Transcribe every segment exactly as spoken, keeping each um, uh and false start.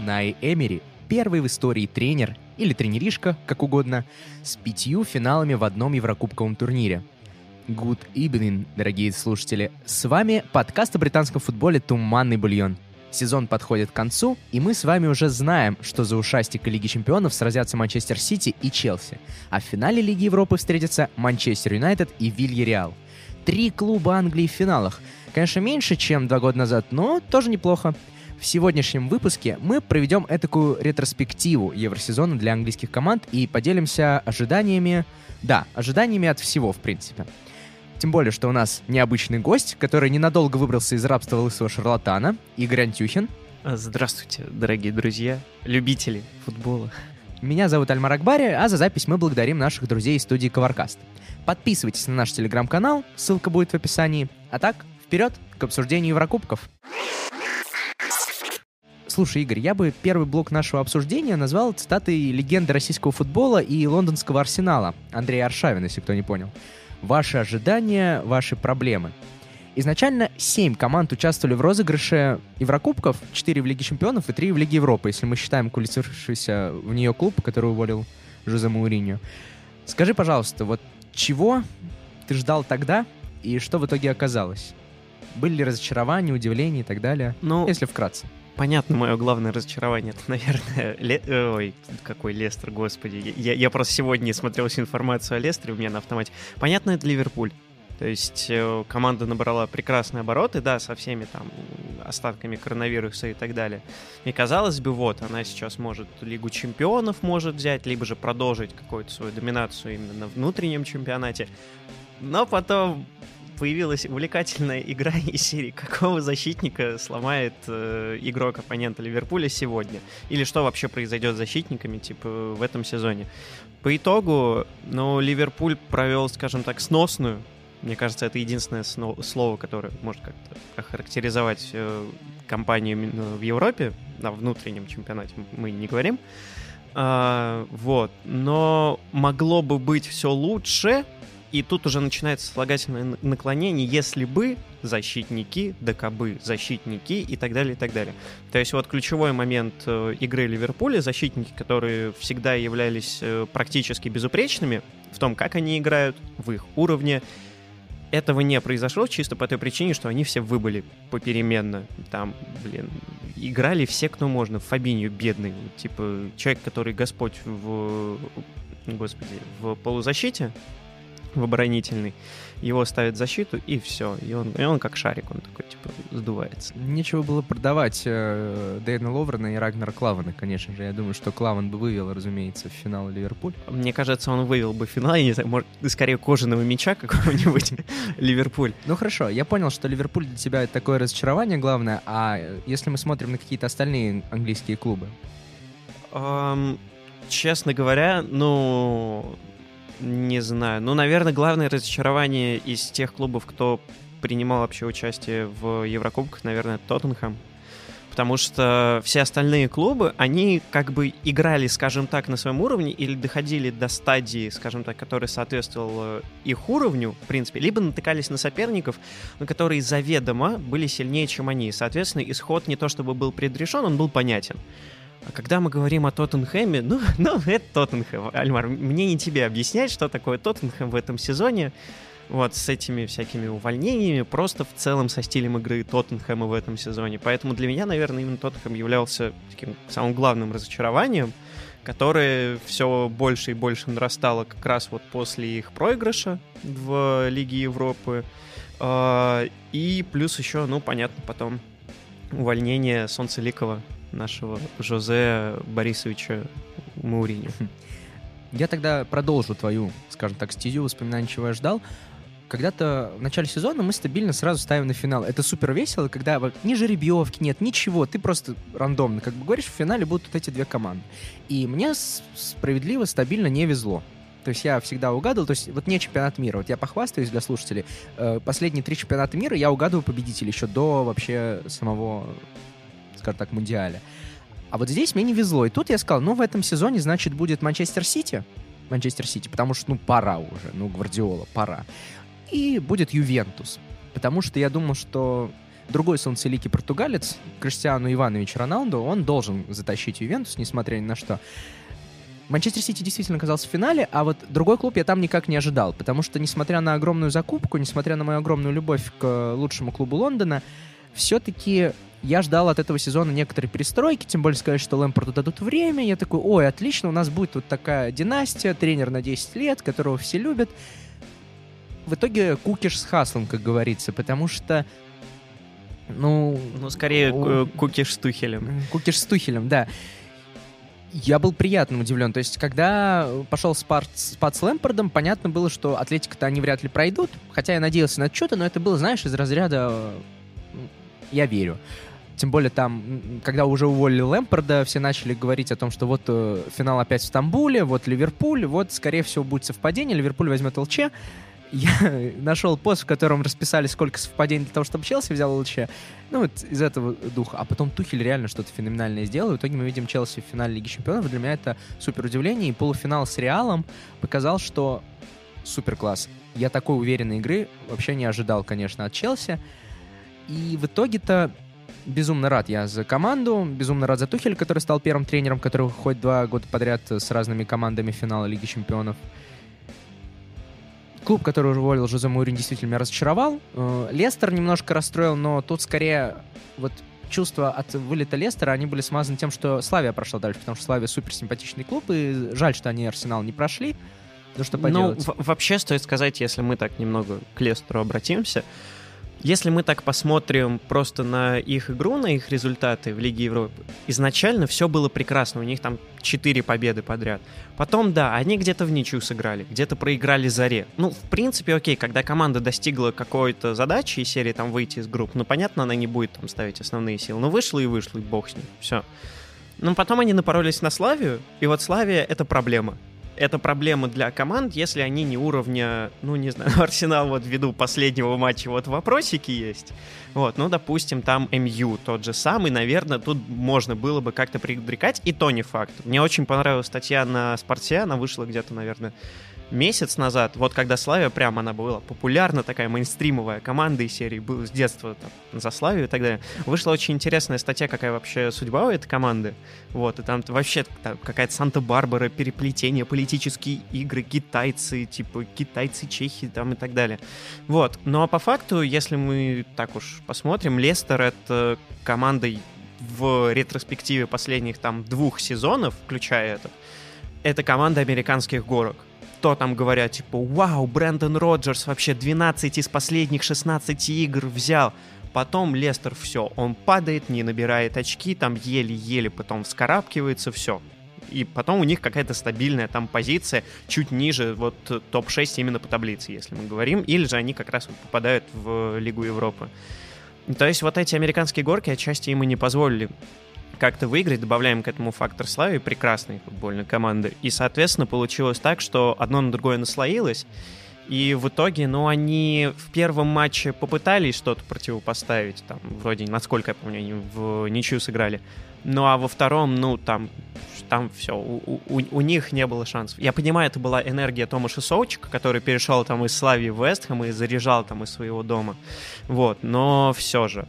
Унай Эмери — первый в истории тренер, или тренеришка, как угодно, с пятью финалами в одном Еврокубковом турнире. Good evening, дорогие слушатели. С вами подкаст о британском футболе «Туманный бульон». Сезон подходит к концу, и мы с вами уже знаем, что за ушастик Лиги Чемпионов сразятся Манчестер Сити и Челси, а в финале Лиги Европы встретятся Манчестер Юнайтед и Вильяреал. Три клуба Англии в финалах. Конечно, меньше, чем два года назад, но тоже неплохо. В сегодняшнем выпуске мы проведем этакую ретроспективу Евросезона для английских команд и поделимся ожиданиями... Да, ожиданиями от всего, в принципе. Тем более, что у нас необычный гость, который ненадолго выбрался из рабства лысого шарлатана, Игорь Антюхин. Здравствуйте, дорогие друзья, любители футбола. Меня зовут Альмар Акбари, а за запись мы благодарим наших друзей из студии Covercast. Подписывайтесь на наш телеграм-канал, ссылка будет в описании. А так, вперед к обсуждению Еврокубков. Слушай, Игорь, я бы первый блок нашего обсуждения назвал цитатой легенды российского футбола и лондонского Арсенала, Андрея Аршавина, если кто не понял. Ваши ожидания, ваши проблемы. Изначально семь команд участвовали в розыгрыше Еврокубков, четыре в Лиге Чемпионов и три в Лиге Европы, если мы считаем квалифицировавшийся в нее клуб, который уволил Жозе Мауриньо. Скажи, пожалуйста, вот чего ты ждал тогда и что в итоге оказалось? Были ли разочарования, удивления и так далее? Ну, если вкратце. Понятно, мое главное разочарование, это, наверное, Ле... Ой, какой Лестер, господи. Я, я просто сегодня смотрел всю информацию о Лестере, у меня на автомате. Понятно, это Ливерпуль. То есть э, команда набрала прекрасные обороты, да, со всеми там остатками коронавируса и так далее. И казалось бы, вот, она сейчас может Лигу Чемпионов может взять, либо же продолжить какую-то свою доминацию именно на внутреннем чемпионате. Но потом появилась увлекательная игра из серии «Какого защитника сломает э, игрок оппонента Ливерпуля сегодня?» Или что вообще произойдет с защитниками типа в этом сезоне. По итогу, ну, Ливерпуль провел, скажем так, сносную. Мне кажется, это единственное сно- слово, которое может как-то охарактеризовать э, компанию в Европе. На внутреннем чемпионате мы не говорим. А, вот. Но могло бы быть все лучше. И тут уже начинается слагательное наклонение, если бы защитники, да кабы защитники и так далее, и так далее. То есть вот ключевой момент э, игры Ливерпуля, защитники, которые всегда являлись э, практически безупречными в том, как они играют, в их уровне, этого не произошло чисто по той причине, что они все выбыли попеременно. Там, блин, играли все, кто можно. Фабиньо бедный, типа человек, который Господь в, господи, в полузащите, в оборонительный, его ставят в защиту, и все. И он, и он как шарик, он такой, типа, сдувается. Нечего было продавать э, Дэйна Ловрена и Рагнара Клавана, конечно же. Я думаю, что Клаван бы вывел, разумеется, в финал Ливерпуль. Мне кажется, он вывел бы в финал, я не знаю, может, скорее кожаного мяча какого-нибудь Ливерпуль. Ну хорошо, я понял, что Ливерпуль для тебя это такое разочарование главное, а если мы смотрим на какие-то остальные английские клубы? Um, честно говоря, ну... Не знаю. Ну, наверное, главное разочарование из тех клубов, кто принимал вообще участие в Еврокубках, наверное, Тоттенхэм. Потому что все остальные клубы, они как бы играли, скажем так, на своем уровне или доходили до стадии, скажем так, которая соответствовала их уровню, в принципе, либо натыкались на соперников, но которые заведомо были сильнее, чем они. Соответственно, исход не то чтобы был предрешен, он был понятен. А когда мы говорим о Тоттенхэме, ну, ну, это Тоттенхэм, Альмар, мне не тебе объяснять, что такое Тоттенхэм в этом сезоне, вот, с этими всякими увольнениями, просто в целом со стилем игры Тоттенхэма в этом сезоне. Поэтому для меня, наверное, именно Тоттенхэм являлся таким самым главным разочарованием, которое все больше и больше нарастало как раз вот после их проигрыша в Лиге Европы. И плюс еще, ну, понятно, потом увольнение Солнцеликова, нашего Жозе Борисовича Мауриньо. Я тогда продолжу твою, скажем так, стезю воспоминаний, чего я ждал. Когда-то в начале сезона мы стабильно сразу ставим на финал. Это супер весело, когда вот ни жеребьевки нет, ничего. Ты просто рандомно, как бы говоришь, в финале будут вот эти две команды. И мне справедливо, стабильно не везло. То есть я всегда угадывал, то есть вот не чемпионат мира. Вот я похвастаюсь для слушателей. Последние три чемпионата мира я угадываю победителей еще до вообще самого, скажем так, мундиаля. А вот здесь мне не везло. И тут я сказал, ну, в этом сезоне, значит, будет Манчестер Сити. Манчестер Сити, потому что, ну, пора уже. Ну, Гвардиола, пора. И будет Ювентус. Потому что я думал, что другой солнцеликий португалец, Криштиану Иванович Роналду, он должен затащить Ювентус, несмотря ни на что. Манчестер Сити действительно оказался в финале, а вот другой клуб я там никак не ожидал, потому что, несмотря на огромную закупку, несмотря на мою огромную любовь к лучшему клубу Лондона, все-таки я ждал от этого сезона некоторые перестройки, тем более сказать, что Лэмпарду дадут время. Я такой, ой, отлично, у нас будет вот такая династия, тренер на десять лет, которого все любят. В итоге кукиш с Хаслом, как говорится, потому что, ну... Ну, скорее, о... кукиш с Тухелем. Кукиш с Тухелем, да. Я был приятно удивлен. То есть, когда пошел спад, спад с Лэмпардом, понятно было, что Атлетико-то они вряд ли пройдут. Хотя я надеялся на что-то, но это было, знаешь, из разряда «я верю». Тем более там, когда уже уволили Лэмпарда, все начали говорить о том, что вот э, финал опять в Стамбуле, вот Ливерпуль, вот, скорее всего, будет совпадение, Ливерпуль возьмет ЛЧ. Я нашел пост, в котором расписали, сколько совпадений для того, чтобы Челси взял ЛЧ. Ну, вот из этого духа. А потом Тухель реально что-то феноменальное сделал. В итоге мы видим Челси в финале Лиги Чемпионов. Для меня это супер удивление. И полуфинал с Реалом показал, что супер класс. Я такой уверенной игры вообще не ожидал, конечно, от Челси. И в итоге-то безумно рад я за команду, безумно рад за Тухеля, который стал первым тренером, который выходит два года подряд с разными командами в финала Лиги Чемпионов. Клуб, который уже уволил Жозе Моуриньо, действительно меня разочаровал. Лестер немножко расстроил, но тут скорее вот чувства от вылета Лестера, они были смазаны тем, что Славия прошла дальше, потому что Славия супер симпатичный клуб, и жаль, что они Арсенал не прошли. Ну, что поделать? Ну, вообще стоит сказать, если мы так немного к Лестеру обратимся, если мы так посмотрим просто на их игру, на их результаты в Лиге Европы, изначально все было прекрасно, у них там четыре победы подряд. Потом, да, они где-то в ничью сыграли, где-то проиграли Заре. Ну, в принципе, окей, когда команда достигла какой-то задачи из серии там выйти из групп, ну, понятно, она не будет там ставить основные силы, но вышла и вышла, и бог с ним, все. Но потом они напоролись на Славию, и вот Славия — это проблема. Это проблема для команд, если они не уровня, ну, не знаю, Арсенал вот ввиду последнего матча вот вопросики есть. Вот, ну, допустим, там МЮ тот же самый, наверное, тут можно было бы как-то предрекать, и то не факт. Мне очень понравилась статья на Спорте, она вышла где-то, наверное, месяц назад, вот когда Славия прям, она была популярна, такая мейнстримовая команда из серии, был с детства там, за Славию и так далее. Вышла очень интересная статья, какая вообще судьба у этой команды. Вот, и там вообще там, какая-то Санта-Барбара, переплетение, политические игры, китайцы, типа китайцы, чехи там и так далее. Вот, ну а по факту, если мы так уж посмотрим, Лестер — это команда в ретроспективе последних там двух сезонов, включая этот, это команда американских горок. То там говорят, типа, вау, Брэндон Роджерс вообще двенадцать из последних шестнадцати игр взял. Потом Лестер все, он падает, не набирает очки, там еле-еле потом вскарабкивается, все. И потом у них какая-то стабильная там позиция чуть ниже вот топ шесть именно по таблице, если мы говорим. Или же они как раз вот попадают в Лигу Европы. То есть вот эти американские горки отчасти им и не позволили как-то выиграть, добавляем к этому фактор Славии, прекрасной футбольной команды. И, соответственно, получилось так, что одно на другое наслоилось, и в итоге, ну, они в первом матче попытались что-то противопоставить, там, вроде, насколько я помню, они в ничью сыграли. Ну, а во втором, ну, там, там все, у, у, у них не было шансов. Я понимаю, это была энергия Томаша Соучика, который перешел там из Славии в Вест Хэм и заряжал там из своего дома. Вот, но все же.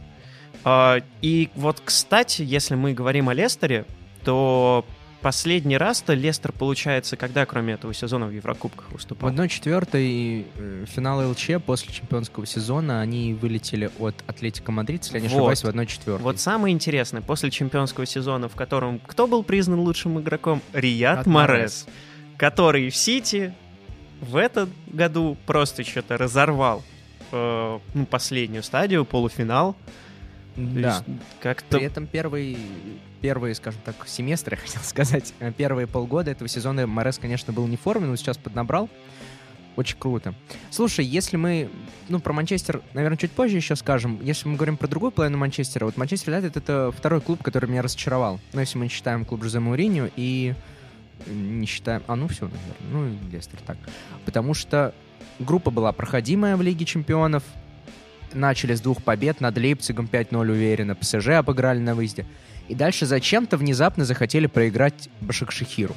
И вот, кстати, если мы говорим о Лестере, то последний раз-то Лестер, получается, когда, кроме этого сезона, в Еврокубках выступал? В одной четвертой финала ЛЧ после чемпионского сезона они вылетели от Атлетико Мадрид, если я не ошибаюсь, в одной четвертой. Вот самое интересное, после чемпионского сезона, в котором кто был признан лучшим игроком? Рияд Марез, который в Сити в этом году просто что-то разорвал э, ну, последнюю стадию, полуфинал. Да, как-то... При этом первый, первые, скажем так, семестры, я хотел сказать, первые полгода этого сезона Марез, конечно, был не в форме, но сейчас поднабрал. Очень круто. Слушай, если мы, ну, про Манчестер, наверное, чуть позже еще скажем, если мы говорим про другую половину Манчестера, вот Манчестер Юнайтед — это второй клуб, который меня разочаровал. Ну, если мы не считаем клуб Жозе Моуриньо и не считаем... А, ну, все, наверное, ну, и Лестер так. Потому что группа была проходимая в Лиге Чемпионов, начали с двух побед над Лейпцигом пять ноль уверенно, ПСЖ обыграли на выезде. И дальше зачем-то внезапно захотели проиграть Башакшехиру.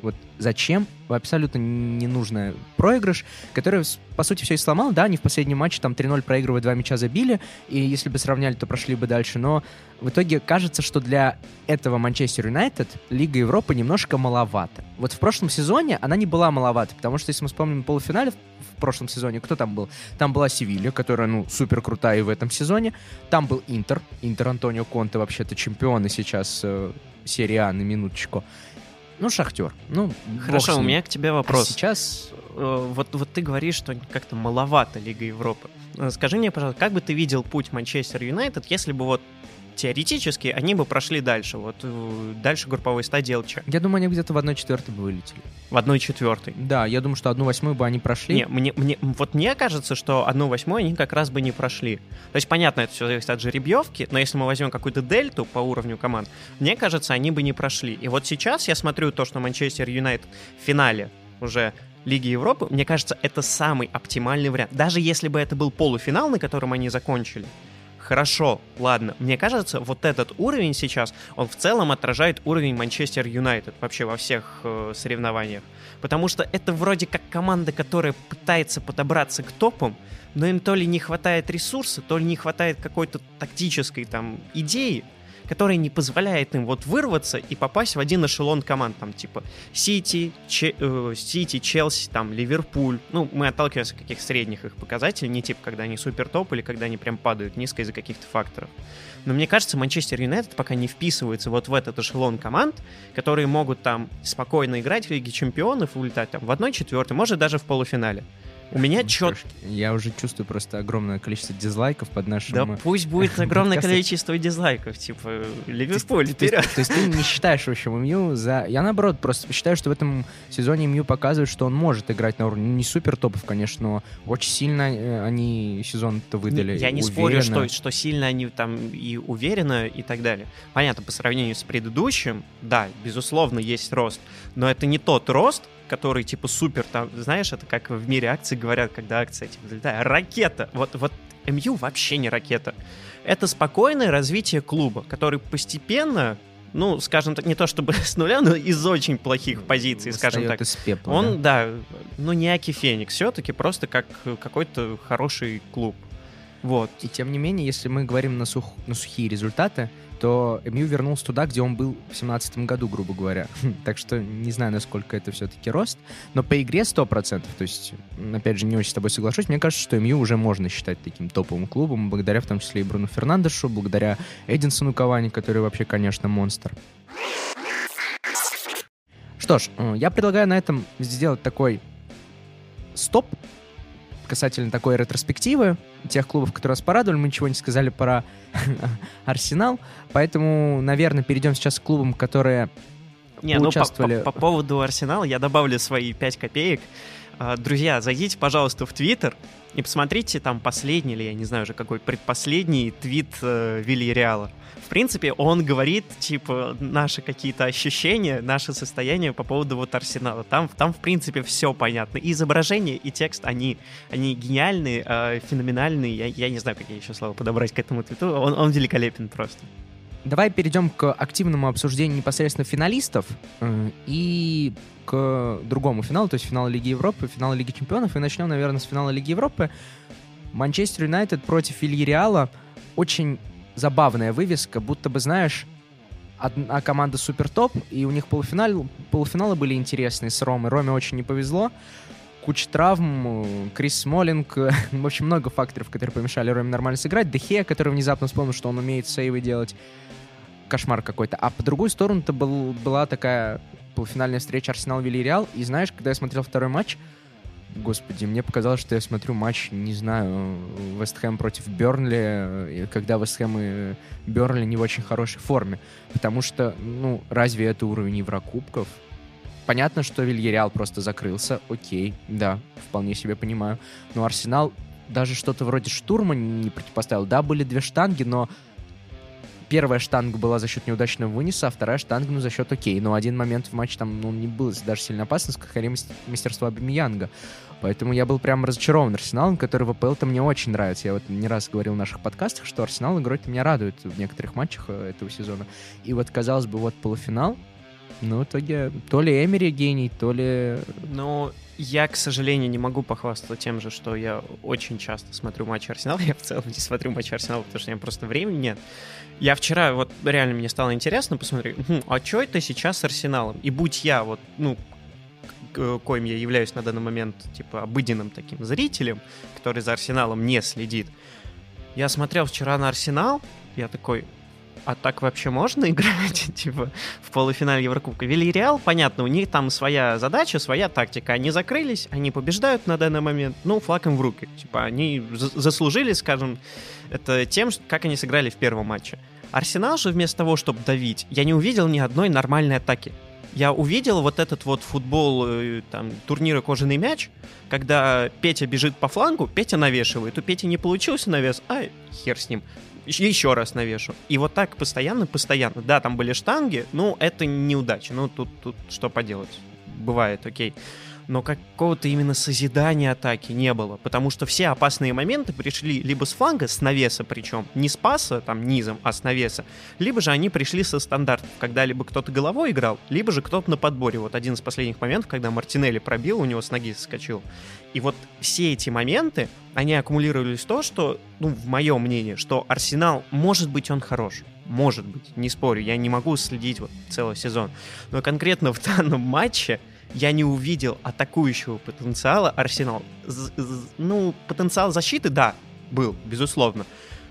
Вот зачем? Абсолютно ненужный проигрыш, который, по сути, все и сломал. Да, они в последнем матче там три ноль проигрывая, два мяча забили, и если бы сравняли, то прошли бы дальше. Но в итоге кажется, что для этого Манчестер Юнайтед Лига Европы немножко маловато. Вот в прошлом сезоне она не была маловата, потому что, если мы вспомним полуфинале в прошлом сезоне, кто там был? Там была Севилья, которая, ну, супер крутая и в этом сезоне. Там был Интер. Интер Антонио Конте вообще-то чемпионы сейчас э, серии А, на минуточку. Ну, Шахтер. Ну, хорошо, у меня к тебе вопрос. А сейчас... Вот, вот ты говоришь, что как-то маловато Лига Европы. Скажи мне, пожалуйста, как бы ты видел путь Манчестер Юнайтед, если бы вот теоретически они бы прошли дальше, вот дальше групповой стадии ЛЧ? Я думаю, они где-то в одной четвертой бы вылетели. В одной четвертой? Да, я думаю, что одну восьмую бы они прошли. Не, мне, мне, вот мне кажется, что одну восьмую они как раз бы не прошли. То есть, понятно, это все зависит от жеребьевки, но если мы возьмем какую-то дельту по уровню команд, мне кажется, они бы не прошли. И вот сейчас я смотрю то, что Манчестер Юнайтед в финале уже Лиги Европы, мне кажется, это самый оптимальный вариант. Даже если бы это был полуфинал, на котором они закончили, хорошо, ладно. Мне кажется, вот этот уровень сейчас, он в целом отражает уровень Манчестер Юнайтед вообще во всех э, соревнованиях. Потому что это вроде как команда, которая пытается подобраться к топам, но им то ли не хватает ресурса, то ли не хватает какой-то тактической там идеи, которая не позволяет им вот вырваться и попасть в один эшелон команд, там типа Сити, Че, э, Сити, Челси, там Ливерпуль. Ну, мы отталкиваемся от каких средних их показателей, не типа когда они супер топ или когда они прям падают низко из-за каких-то факторов. Но мне кажется, Манчестер Юнайтед пока не вписывается вот в этот эшелон команд, которые могут там спокойно играть в Лиге Чемпионов и улетать там в одной четвертой, может даже в полуфинале. У меня ну, чет... Я уже чувствую просто огромное количество дизлайков под нашим... Да пусть будет огромное количество дизлайков, типа Ливерпуль, вперед. То есть ты не считаешь, в общем, МЮ за... Я, наоборот, просто считаю, что в этом сезоне МЮ показывает, что он может играть на уровне не супер топов, конечно, но очень сильно они сезон-то выдали. Я не спорю, что, что сильно они там и уверенно и так далее. Понятно, по сравнению с предыдущим, да, безусловно, есть рост, но это не тот рост, который типа супер, там, знаешь, это как в мире акций говорят, когда акция типа взлетает. Ракета! Вот, вот МЮ вообще не ракета. Это спокойное развитие клуба, который постепенно, ну, скажем так, не то чтобы с нуля, но из очень плохих позиций, скажем так. Из пепла, он, да, да ну не Аки Феникс, все-таки просто как какой-то хороший клуб. Вот. И тем не менее, если мы говорим на, сух... на сухие результаты, то МЮ вернулся туда, где он был в семнадцатом году, грубо говоря. Так что не знаю, насколько это все-таки рост. Но по игре сто процентов. То есть, опять же, не очень с тобой соглашусь. Мне кажется, что МЮ уже можно считать таким топовым клубом, благодаря в том числе и Бруно Фернандешу, благодаря Эдинсону Кавани, который вообще, конечно, монстр. Что ж, я предлагаю на этом сделать такой стоп касательно такой ретроспективы тех клубов, которые нас порадовали. Мы ничего не сказали про Арсенал, поэтому, наверное, перейдем сейчас к клубам, которые не, участвовали... Ну, по, по, по поводу Арсенала я добавлю свои пять копеек. Друзья, зайдите, пожалуйста, в Твиттер и посмотрите там последний, или я не знаю уже какой, предпоследний твит э, Вильяреала. В принципе, он говорит, типа, наши какие-то ощущения, наше состояние по поводу вот Арсенала. Там, там в принципе, все понятно. И изображение, и текст, они, они гениальные, э, феноменальные. Я, я не знаю, какие еще слова подобрать к этому твиту. Он, он великолепен просто. Давай перейдем к активному обсуждению непосредственно финалистов э, и к другому финалу, то есть финала Лиги Европы, финала Лиги Чемпионов. И начнем, наверное, с финала Лиги Европы. Манчестер Юнайтед против Вильяреала. Очень забавная вывеска, будто бы, знаешь, одна команда супер топ, и у них полуфинал, полуфиналы были интересные с Ромой. Роме очень не повезло. Куча травм, Крис Смолинг, в общем, много факторов, которые помешали Роме нормально сыграть. Де Хея, который внезапно вспомнил, что он умеет сейвы делать. Кошмар какой-то. А по другую сторону-то был, была такая полуфинальная встреча Арсенал-Вильяреал, и знаешь, когда я смотрел второй матч, господи, мне показалось, что я смотрю матч, не знаю, Вест Хэм против Бернли, когда Вест Хэм и Бернли не в очень хорошей форме. Потому что, ну, разве это уровень Еврокубков? Понятно, что Вильяреал просто закрылся, окей, да, вполне себе понимаю. Но Арсенал даже что-то вроде штурма не противопоставил. Да, были две штанги, но первая штанга была за счет неудачного выниса, а вторая штанга, ну, за счет окей. Но один момент в матче там, ну, не было даже сильно опасно, скорее мастерство Обамеянга. Поэтому я был прям разочарован Арсеналом, который в АПЛ-то мне очень нравится. Я вот не раз говорил в наших подкастах, что Арсенал игрой-то меня радует в некоторых матчах этого сезона. И вот, казалось бы, вот полуфинал, Ну, в итоге то ли Эмери гений, то ли... Ну, я, к сожалению, не могу похвастаться тем же, что я очень часто смотрю матчи Арсенала. Я в целом не смотрю матчи Арсенала, потому что у меня просто времени нет. Я вчера, вот реально мне стало интересно посмотреть, хм, а что это сейчас с Арсеналом? И будь я вот, ну, коим я являюсь на данный момент, типа, обыденным таким зрителем, который за Арсеналом не следит, я смотрел вчера на Арсенал, я такой... А так вообще можно играть, типа, в полуфинале Еврокубка? Вильяреал, понятно, у них там своя задача, своя тактика. Они закрылись, они побеждают на данный момент, ну, флаг им в руки. Типа, они заслужили, скажем, это тем, как они сыграли в первом матче. Арсенал же вместо того, чтобы давить, я не увидел ни одной нормальной атаки. Я увидел вот этот вот футбол, там, турнира «Кожаный мяч», когда Петя бежит по флангу, Петя навешивает. У Пети не получился навес, а хер с ним. Еще раз навешу. И вот так постоянно, постоянно. Да, там были штанги, но это неудача. Ну, тут, тут что поделать. Бывает, окей. Но какого-то именно созидания атаки не было. Потому что все опасные моменты пришли либо с фланга, с навеса причем, не с паса, там, низом, а с навеса, либо же они пришли со стандартов, когда либо кто-то головой играл, либо же кто-то на подборе. Вот один из последних моментов, когда Мартинелли пробил, у него с ноги соскочил. И вот все эти моменты, они аккумулировались в то, что, ну, в моем мнении, что Арсенал, может быть, он хорош. Может быть, не спорю, я не могу следить вот целый сезон. Но конкретно в данном матче я не увидел атакующего потенциала Арсенал. З- з- ну, потенциал защиты, да, был, безусловно.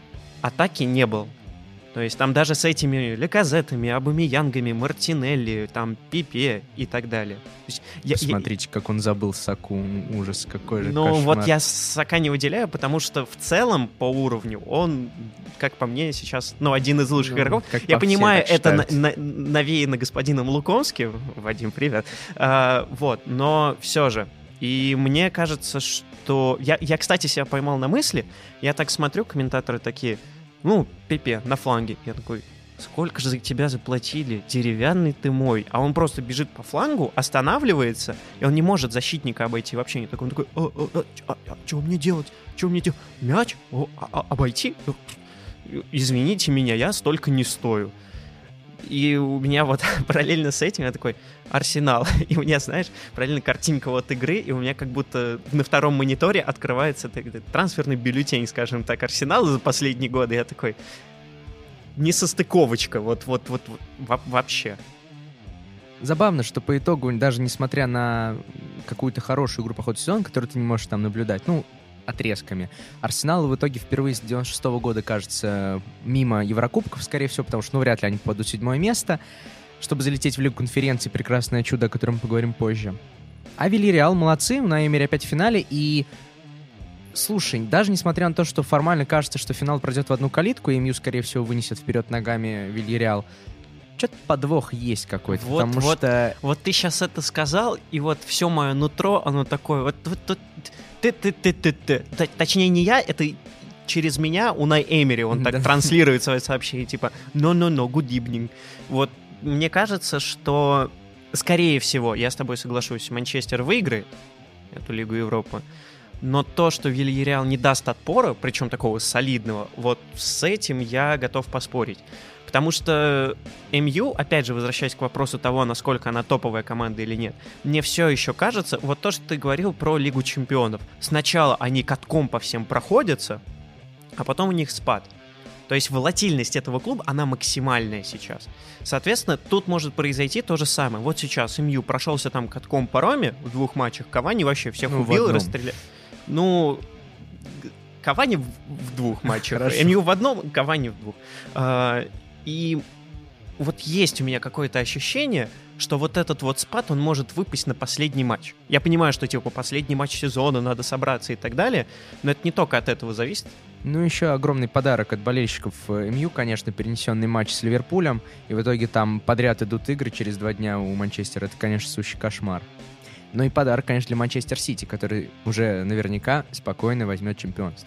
Атаки не было. То есть там даже с этими Леказетами, Абамиянгами, Мартинелли, там Пипе и так далее. То есть я, Посмотрите, я... как он забыл Саку. Ужас, какой же Ну, кошмар. вот я Сака не выделяю, потому что в целом по уровню он, как по мне, сейчас, ну, один из лучших ну, игроков. Я понимаю, это на, на, навеяно господином Лукомским. Вадим, привет. А, вот, но все же. И мне кажется, что... Я, я, кстати, себя поймал на мысли. Я так смотрю, комментаторы такие... Ну, Пепе на фланге. Я такой, сколько же за тебя заплатили? Деревянный ты мой. А он просто бежит по флангу, останавливается, и он не может защитника обойти вообще не такой. Он такой, а, а, а, а, а что мне делать? Что мне делать? Мяч? О, а, а, обойти? Извините меня, я столько не стою. И у меня вот параллельно с этим я такой, Арсенал. И у меня, знаешь, параллельно картинка вот игры, и у меня как будто на втором мониторе открывается трансферный бюллетень, скажем так, Арсенала за последние годы. Я такой, несостыковочка, вот, вот, вот, вот вообще. Забавно, что по итогу, даже несмотря на какую-то хорошую игру по ходу сезона, которую ты не можешь там наблюдать, ну, отрезками. Арсенал в итоге впервые с девяносто шестого года, кажется, мимо Еврокубков, скорее всего, потому что, ну, вряд ли они попадут в седьмое место, чтобы залететь в Лигу конференции, прекрасное чудо, о котором мы поговорим позже. А Вильяреал молодцы, у Эмери опять в финале, и, слушай, даже несмотря на то, что формально кажется, что финал пройдет в одну калитку, и МЮ, скорее всего, вынесет вперед ногами Вильяреал, что-то подвох есть какой-то, вот, потому вот, что... Вот ты сейчас это сказал, и вот все мое нутро, оно такое, вот, вот, вот ты-ты-ты-ты-ты. Точнее, не я, это через меня Унай Эмери, он так транслирует свое сообщение, типа «No-no-no, good evening». Вот мне кажется, что, скорее всего, я с тобой соглашусь, Манчестер выиграет эту Лигу Европы, но то, что Вильяреал не даст отпора, причем такого солидного, вот с этим я готов поспорить. Потому что МЮ, опять же, возвращаясь к вопросу того, насколько она топовая команда или нет, мне все еще кажется, вот то, что ты говорил про Лигу Чемпионов. Сначала они катком по всем проходятся, а потом у них спад. То есть волатильность этого клуба, она максимальная сейчас. Соответственно, тут может произойти то же самое. Вот сейчас МЮ прошелся там катком по Роме в двух матчах, Кавани вообще всех ну, убил, расстрелял. Ну... Кавани в, в двух матчах. МЮ в одном, Кавани в двух. А, и вот есть у меня какое-то ощущение, что вот этот вот спад, он может выпасть на последний матч. Я понимаю, что типа последний матч сезона, надо собраться и так далее, но это не только от этого зависит. Ну, еще огромный подарок от болельщиков МЮ, конечно, перенесенный матч с Ливерпулем, и в итоге там подряд идут игры через два дня у Манчестера. Это, конечно, сущий кошмар. Ну и подарок, конечно, для Манчестер Сити, который уже наверняка спокойно возьмет чемпионство.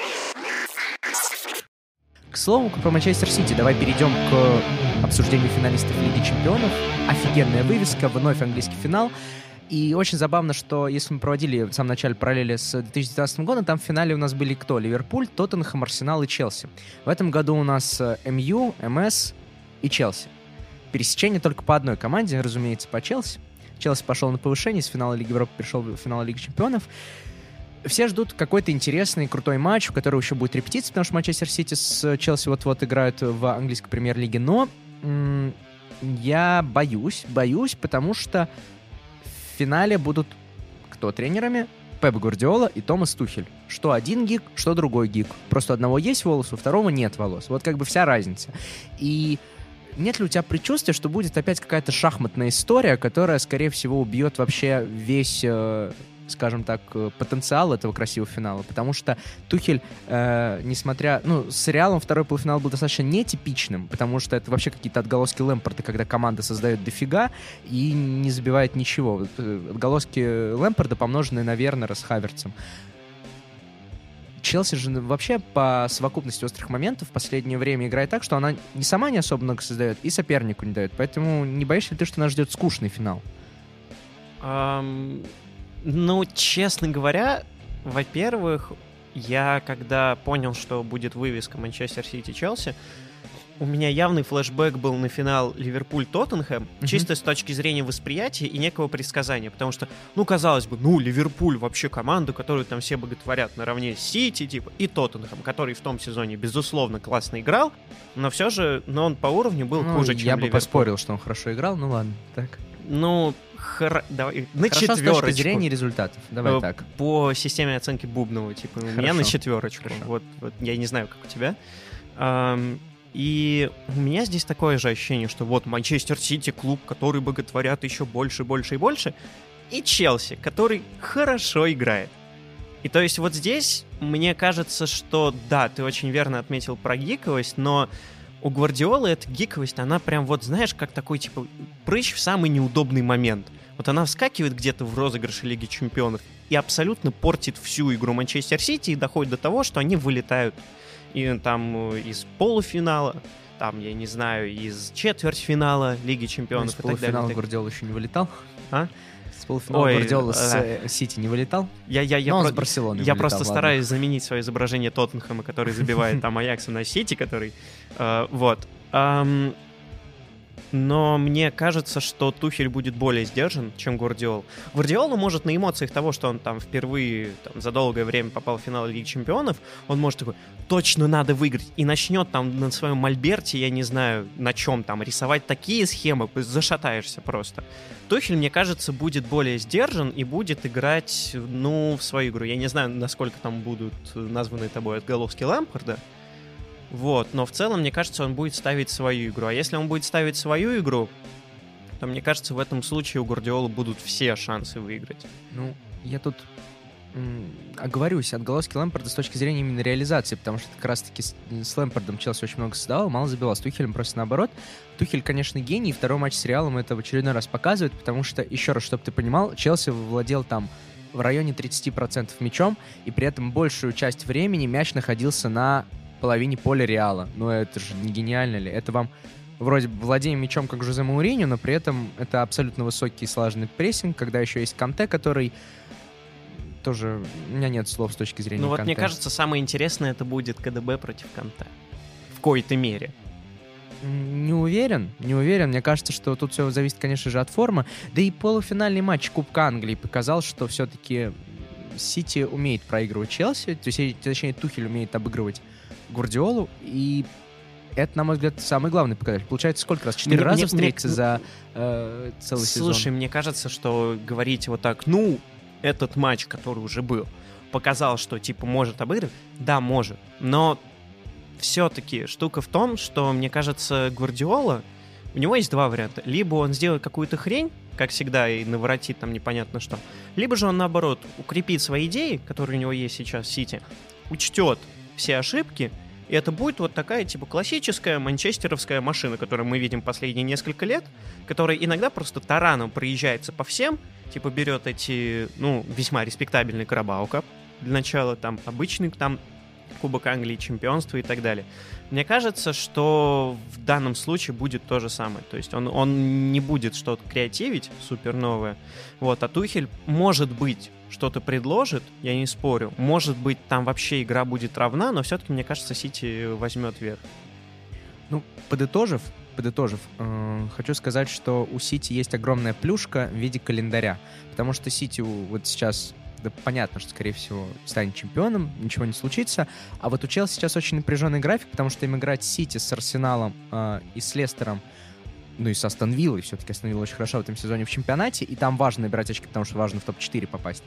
К слову, про Манчестер Сити, давай перейдем к обсуждению финалистов Лиги Чемпионов. Офигенная вывеска, вновь английский финал. И очень забавно, что если мы проводили в самом начале параллели с две тысячи девятнадцатым годом, там в финале у нас были кто? Ливерпуль, Тоттенхэм, Арсенал и Челси. В этом году у нас МЮ, МС и Челси. пересечение только по одной команде, разумеется, по Челси. Челси пошел на повышение, с финала Лиги Европы перешел в финал Лиги Чемпионов. Все ждут какой-то интересный, крутой матч, у которого еще будет репетиция, потому что Манчестер Сити с Челси вот-вот играют в английской премьер-лиге. Но м- я боюсь, боюсь, потому что в финале будут кто тренерами? Пеп Гвардиола и Томас Тухель. Что один гик, что другой гик. Просто у одного есть волос, у второго нет волос. Вот как бы вся разница. И нет ли у тебя предчувствия, что будет опять какая-то шахматная история, которая, скорее всего, убьет вообще весь, э, скажем так, потенциал этого красивого финала? Потому что Тухель, э, несмотря... Ну, с Реалом второй полуфинал был достаточно нетипичным, потому что это вообще какие-то отголоски Лэмпарда, когда команда создает дофига и не забивает ничего. Отголоски Лэмпарда, помноженные на Вернера с Хаверцем. Челси же вообще по совокупности острых моментов в последнее время играет так, что она не сама не особо много создает, и сопернику не дает. Поэтому не боишься ли ты, что нас ждет скучный финал? Um, ну, честно говоря, во-первых, я когда понял, что будет вывеска Манчестер Сити-Челси, у меня явный флешбэк был на финал Ливерпуль-Тоттенхэм, mm-hmm. чисто с точки зрения восприятия и некого предсказания, потому что, ну, казалось бы, ну, Ливерпуль вообще команда, которую там все боготворят наравне с Сити, типа, и Тоттенхэм, который в том сезоне, безусловно, классно играл, но все же, но он по уровню был ну, хуже, чем я Ливерпуль. Я бы поспорил, что он хорошо играл, ну ладно, так. Ну, хор... давай, на хорошо четверочку. С точки зрения результатов, давай э, так. По системе оценки Бубнова, типа, хорошо. У меня на четверочку, вот, вот, я не знаю, как у тебя. Um, И у меня здесь такое же ощущение, что вот Манчестер Сити клуб, который боготворят еще больше, больше и больше, и Челси, который хорошо играет. И то есть вот здесь мне кажется, что да, ты очень верно отметил про гиковость, но у Гвардиолы эта гиковость, она прям вот, знаешь, как такой типа прыщ в самый неудобный момент. Вот она вскакивает где-то в розыгрыше Лиги Чемпионов и абсолютно портит всю игру Манчестер Сити и доходит до того, что они вылетают и там из полуфинала, там, я не знаю, из четвертьфинала Лиги Чемпионов. Ну, из полуфинала Гвардиола еще не вылетал? А? С полуфинала Гвардиола с э, Сити не вылетал? Я, я, я Но про... он с Барселоной Я вылетал, просто ладно. стараюсь заменить свое изображение Тоттенхэма, который забивает там Аякса на Сити, который... Э, вот. Um, но мне кажется, что Тухель будет более сдержан, чем Гвардиол. Гвардиол может на эмоциях того, что он там впервые там, за долгое время попал в финал Лиги Чемпионов, он может такой, точно надо выиграть, и начнет там на своем мольберте, я не знаю, на чем там, рисовать такие схемы, зашатаешься просто. Тухель, мне кажется, будет более сдержан и будет играть, ну, в свою игру. Я не знаю, насколько там будут названы тобой отголоски Лэмпарда, вот, но в целом, мне кажется, он будет ставить свою игру. А если он будет ставить свою игру, то, мне кажется, в этом случае у Гвардиолы будут все шансы выиграть. Ну, я тут м- оговорюсь, отголоски Лэмпарда с точки зрения именно реализации, потому что как раз-таки с, с Лэмпардом Челси очень много создавал, мало забивал. С Тухелем просто наоборот. Тухель, конечно, гений, и второй матч с Реалом это в очередной раз показывает, потому что, еще раз, чтобы ты понимал, Челси владел там в районе тридцать процентов мячом, и при этом большую часть времени мяч находился на половине поля Реала. Ну, это же не гениально ли? Это вам вроде бы владеем мячом, как Жозе Мауриньо, но при этом это абсолютно высокий слаженный прессинг, когда еще есть Канте, который тоже... У меня нет слов с точки зрения Ну, вот Канте. мне кажется, самое интересное это будет КДБ против Канте. В коей-то мере. Не уверен, не уверен. Мне кажется, что тут все зависит, конечно же, от формы. Да и полуфинальный матч Кубка Англии показал, что все-таки Сити умеет проигрывать Челси, то есть, точнее, Тухель умеет обыгрывать Гвардиолу, и это, на мой взгляд, самый главный показатель. Получается, сколько раз? Четыре раза мне, встретиться мне... за э, целый Слушай, сезон. Слушай, мне кажется, что говорить вот так, ну, этот матч, который уже был, показал, что, типа, может обыгрывать. Да, может. Но все-таки штука в том, что, мне кажется, Гвардиола, у него есть два варианта. Либо он сделает какую-то хрень, как всегда, и наворотит там непонятно что. Либо же он, наоборот, укрепит свои идеи, которые у него есть сейчас в Сити, учтет все ошибки, и это будет вот такая, типа, классическая манчестеровская машина, которую мы видим последние несколько лет, которая иногда просто тараном проезжается по всем, типа, берет эти, ну, весьма респектабельный Карабао Кап для начала, там, обычный, там, Кубок Англии, чемпионство и так далее. Мне кажется, что в данном случае будет то же самое. То есть он, он не будет что-то креативить супер новое. Вот. А Тухель, может быть, что-то предложит, я не спорю. Может быть, там вообще игра будет равна, но все-таки, мне кажется, Сити возьмет верх. Ну, подытожив, подытожив, э, хочу сказать, что у Сити есть огромная плюшка в виде календаря, потому что Сити вот сейчас, да, понятно, что, скорее всего, станет чемпионом, ничего не случится, а вот у Челси сейчас очень напряженный график, потому что им играть с Сити, с Арсеналом э, и с Лестером, ну и с Астон Виллой, все-таки Астон Вилла очень хорошо в этом сезоне в чемпионате, и там важно набирать очки, потому что важно в топ четыре попасть.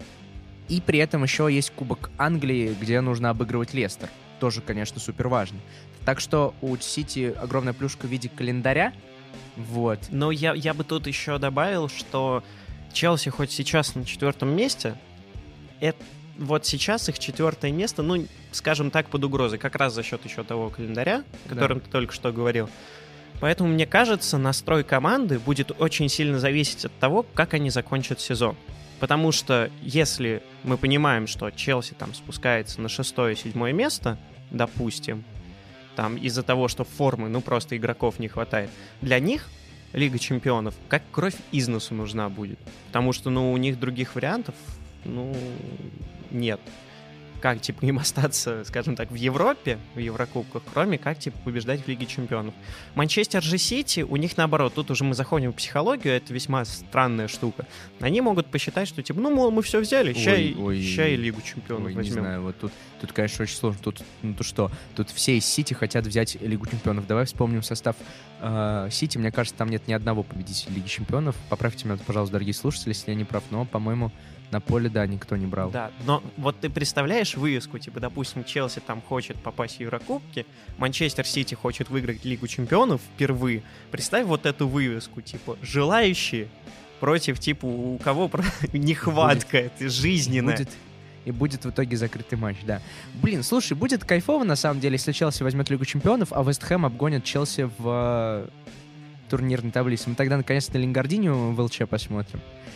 И при этом еще есть Кубок Англии, где нужно обыгрывать Лестер. Тоже, конечно, супер важно. Так что у Сити огромная плюшка в виде календаря. Вот. Но я, я бы тут еще добавил, что Челси хоть сейчас на четвертом месте, это, вот сейчас их четвертое место, ну, скажем так, под угрозой, как раз за счет еще того календаря, о котором да. ты только что говорил. Поэтому, мне кажется, настрой команды будет очень сильно зависеть от того, как они закончат сезон. Потому что если мы понимаем, что Челси там спускается на шестое-седьмое место, допустим, там из-за того, что формы, ну просто игроков не хватает, для них Лига Чемпионов как кровь из носу нужна будет. Потому что, ну, у них других вариантов, ну, нет. Как, типа, им остаться, скажем так, в Европе, в Еврокубках, кроме как, типа, побеждать в Лиге Чемпионов. Манчестер же Сити, у них наоборот, тут уже мы заходим в психологию, это весьма странная штука. Они могут посчитать, что, типа, ну, мол, мы все взяли, ща, ой, и, ой, ща и Лигу Чемпионов ой, возьмем. Не знаю, вот тут, тут, конечно, очень сложно. Тут, ну, то что? Тут все из Сити хотят взять Лигу Чемпионов. Давай вспомним состав э, Сити. Мне кажется, там нет ни одного победителя Лиги Чемпионов. Поправьте меня, пожалуйста, дорогие слушатели, если я не прав, но, по-моему, на поле, да, никто не брал. Да, но вот ты представляешь вывеску, типа, допустим, Челси там хочет попасть в Еврокубки, Манчестер Сити хочет выиграть Лигу Чемпионов впервые. Представь вот эту вывеску, типа, желающие против, типа, у кого нехватка, это жизненная. Будет, и будет в итоге закрытый матч, да. Блин, слушай, будет кайфово, на самом деле, если Челси возьмет Лигу Чемпионов, а Вест Хэм обгонит Челси в турнирной таблице. Мы тогда, наконец, на Лингардинию в ЛЧ посмотрим.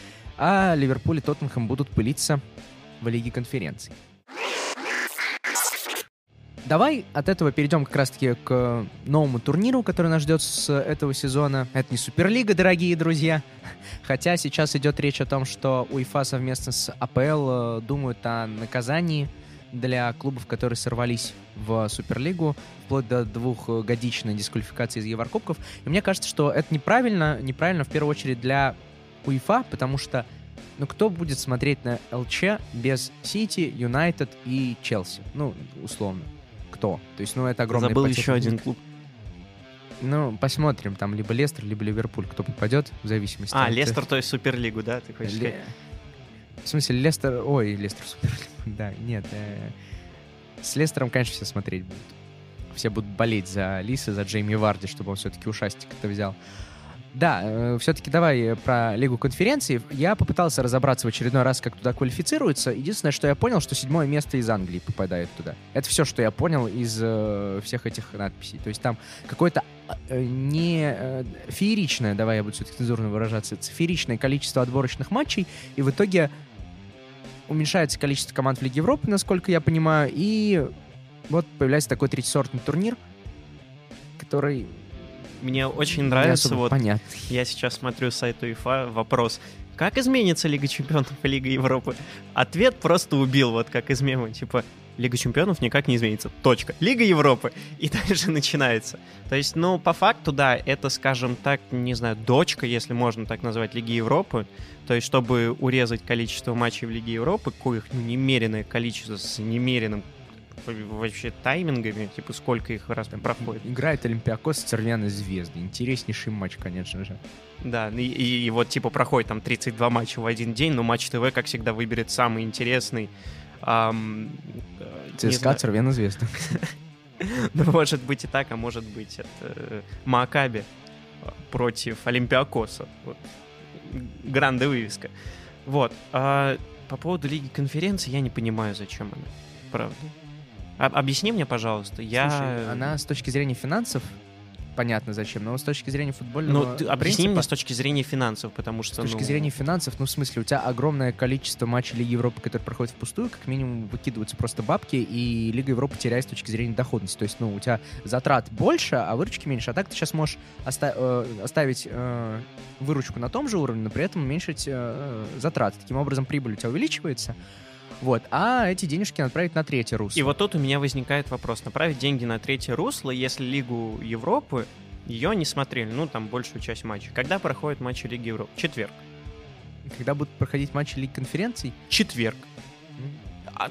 А Ливерпуль и Тоттенхэм будут пылиться в Лиге конференций. Давай от этого перейдем как раз-таки к новому турниру, который нас ждет с этого сезона. Это не Суперлига, дорогие друзья. Хотя сейчас идет речь о том, что УЕФА совместно с АПЛ думают о наказании для клубов, которые сорвались в Суперлигу, вплоть до двухгодичной дисквалификации из Еврокубков. И мне кажется, что это неправильно, неправильно в первую очередь для УЕФА, потому что, ну, кто будет смотреть на ЛЧ без Сити, Юнайтед и Челси? Ну, условно. Кто? То есть, ну, это огромный... Забыл еще один клуб. Ну, посмотрим, там либо Лестер, либо Ливерпуль, кто попадет, в зависимости. А, от... Лестер, то есть Суперлигу, да, ты хочешь сказать? В смысле, Лестер... Ой, Лестер Суперлигу, да, нет. Э... С Лестером, конечно, все смотреть будут. Все будут болеть за Лиса, за Джейми Варди, чтобы он все-таки ушастик-то взял. Да, э, все-таки давай про Лигу конференций. Я попытался разобраться в очередной раз, как туда квалифицируется. Единственное, что я понял, что седьмое место из Англии попадает туда. Это все, что я понял из э, всех этих надписей. То есть там какое-то э, не э, фееричное, давай я буду все-таки цензурно выражаться, фееричное количество отборочных матчей, и в итоге уменьшается количество команд в Лиге Европы, насколько я понимаю, и вот появляется такой третьесортный турнир, который... Мне очень нравится, вот понятно. Я сейчас смотрю сайт УЕФА, вопрос, как изменится Лига Чемпионов и Лига Европы? Ответ просто убил, вот как из мема, типа, Лига Чемпионов никак не изменится, точка. Лига Европы, и дальше начинается. То есть, ну, по факту, да, это, скажем так, не знаю, дочка, если можно так назвать, Лиги Европы. То есть, чтобы урезать количество матчей в Лиге Европы, коих ну, немеренное количество с немеренным вообще таймингами, типа сколько их раз проходит. Играет Олимпиакос с Цервяной Звездой. Интереснейший матч, конечно же. Да, и, и, и вот типа проходит там тридцать два матча в один день, но Матч ТВ, как всегда, выберет самый интересный. Ам, ЦСКА Цервяная Звезда. Ну, может быть и так, а может быть это Макаби против Олимпиакоса. Вот. Гранде вывеска. Вот. А по поводу Лиги конференций я не понимаю, зачем она. Правда. Объясни мне, пожалуйста. Я... Слушай, она с точки зрения финансов, понятно зачем, но с точки зрения футбольного Ну, ты объясни принципа, мне с точки зрения финансов, потому что... С точки ну... зрения финансов, ну, в смысле, у тебя огромное количество матчей Лиги Европы, которые проходят впустую, как минимум выкидываются просто бабки, и Лига Европы теряет с точки зрения доходности. То есть, ну, у тебя затрат больше, а выручки меньше. А так ты сейчас можешь оста- э, оставить э, выручку на том же уровне, но при этом уменьшить э, затраты. Таким образом, прибыль у тебя увеличивается. Вот, а эти денежки направить на третье русло. И вот тут у меня возникает вопрос. Направить деньги на третье русло, если Лигу Европы ее не смотрели, ну, там, большую часть матчей. Когда проходят матчи Лиги Европы? Четверг. Когда будут проходить матчи Лиги конференций? Четверг. А,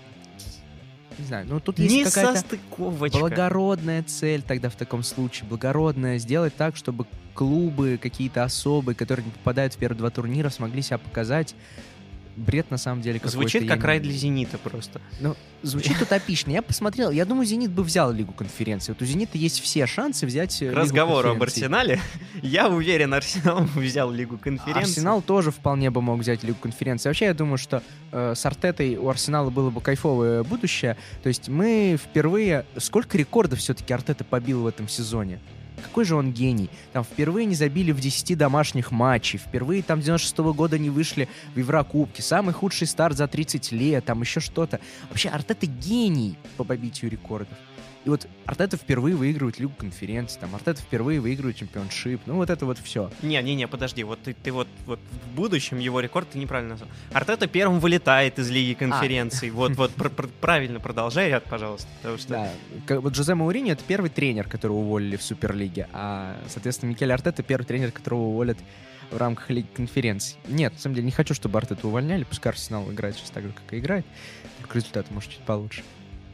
не знаю, ну тут есть какая-то состыковочка. Благородная цель тогда в таком случае. Благородная сделать так, чтобы клубы какие-то особые, которые не попадают в первые два турнира, смогли себя показать. Бред, на самом деле, какой-то. Звучит как я... рай для «Зенита» просто. Ну, звучит утопично. Я посмотрел, я думаю, «Зенит» бы взял Лигу конференции. Вот у «Зенита» есть все шансы взять Лигу К разговору об конференции. Арсенале, я уверен, Арсенал бы взял Лигу конференции. Арсенал тоже вполне бы мог взять Лигу конференции. Вообще, я думаю, что э, с Артетой у Арсенала было бы кайфовое будущее. То есть мы впервые... Сколько рекордов все-таки Артета побил в этом сезоне? Какой же он гений. Там впервые не забили в десяти домашних матчей, впервые там девяносто шестого года не вышли в Еврокубке, самый худший старт за тридцать лет, там еще что-то. Вообще Артета гений по побитию рекордов. И вот Артета впервые выигрывает Лигу конференций, там Артета впервые выигрывает чемпионшип, ну вот это вот все. Не-не-не, подожди, вот ты, ты вот, вот в будущем его рекорд ты неправильно назвал. Артета первым вылетает из Лиги конференций, а. вот, вот пр- пр- правильно продолжай ряд, пожалуйста. Потому что... Да, как, вот Жозе Мауриньо — это первый тренер, которого уволили в Суперлиге, а, соответственно, Микель Артета — первый тренер, которого уволят в рамках Лиги конференций. Нет, на самом деле, не хочу, чтобы Артету увольняли, пускай Арсенал играет сейчас так же, как и играет, только результат может чуть получше.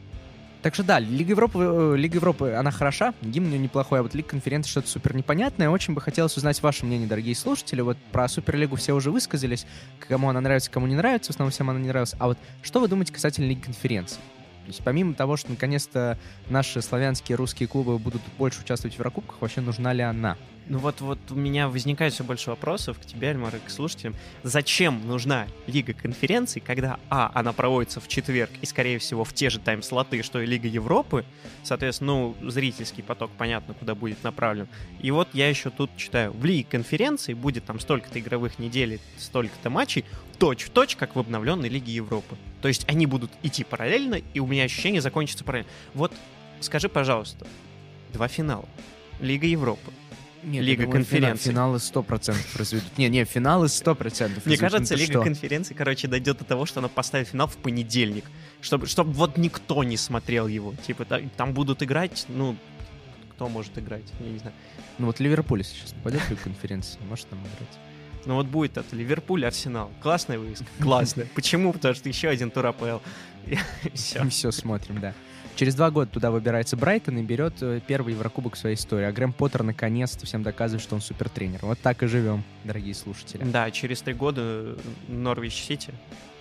Так что да, Лига Европы, Лига Европы, она хороша, гимн у нее неплохой, а вот Лига конференции что-то супер непонятное. Очень бы хотелось узнать ваше мнение, дорогие слушатели. Вот про Суперлигу все уже высказались, кому она нравится, кому не нравится, в основном всем она не нравится. А вот что вы думаете касательно Лиги конференции? То есть помимо того, что наконец-то наши славянские русские клубы будут больше участвовать в Еврокубках, вообще нужна ли она? Ну вот, вот у меня возникает все больше вопросов к тебе, Альмар, и к слушателям. Зачем нужна Лига конференций, когда, а, она проводится в четверг и, скорее всего, в те же тайм-слоты, что и Лига Европы, соответственно, ну, зрительский поток, понятно, куда будет направлен. И вот я еще тут читаю, в Лиге конференций будет там столько-то игровых недель, столько-то матчей, точь-в-точь, как в обновленной Лиге Европы. То есть они будут идти параллельно, и у меня ощущение закончится параллельно. Вот скажи, пожалуйста, два финала. Лига Европы. Нет, Лига думаю, конференций. Финалы сто процентов разведут. Не, не, финалы сто процентов Мне разведут. кажется, Ну, Лига что? конференций, короче, дойдет до того, что она поставит финал в понедельник. Чтобы, чтобы вот никто не смотрел его. Типа, та- там будут играть, ну, кто может играть? Я не знаю. Ну вот Ливерпуль сейчас попадет в Лигу конференции, может там играть. Ну вот будет это Ливерпуль, Арсенал. Классная вывеска? Классная. Почему? Потому что еще один тур АПЛ. И все. И все смотрим, да. Через два года туда выбирается Брайтон и берет э, первый Еврокубок в своей истории. А Грэм Поттер наконец-то всем доказывает, что он супертренер. Вот так и живем, дорогие слушатели. Да, через три года Норвич Сити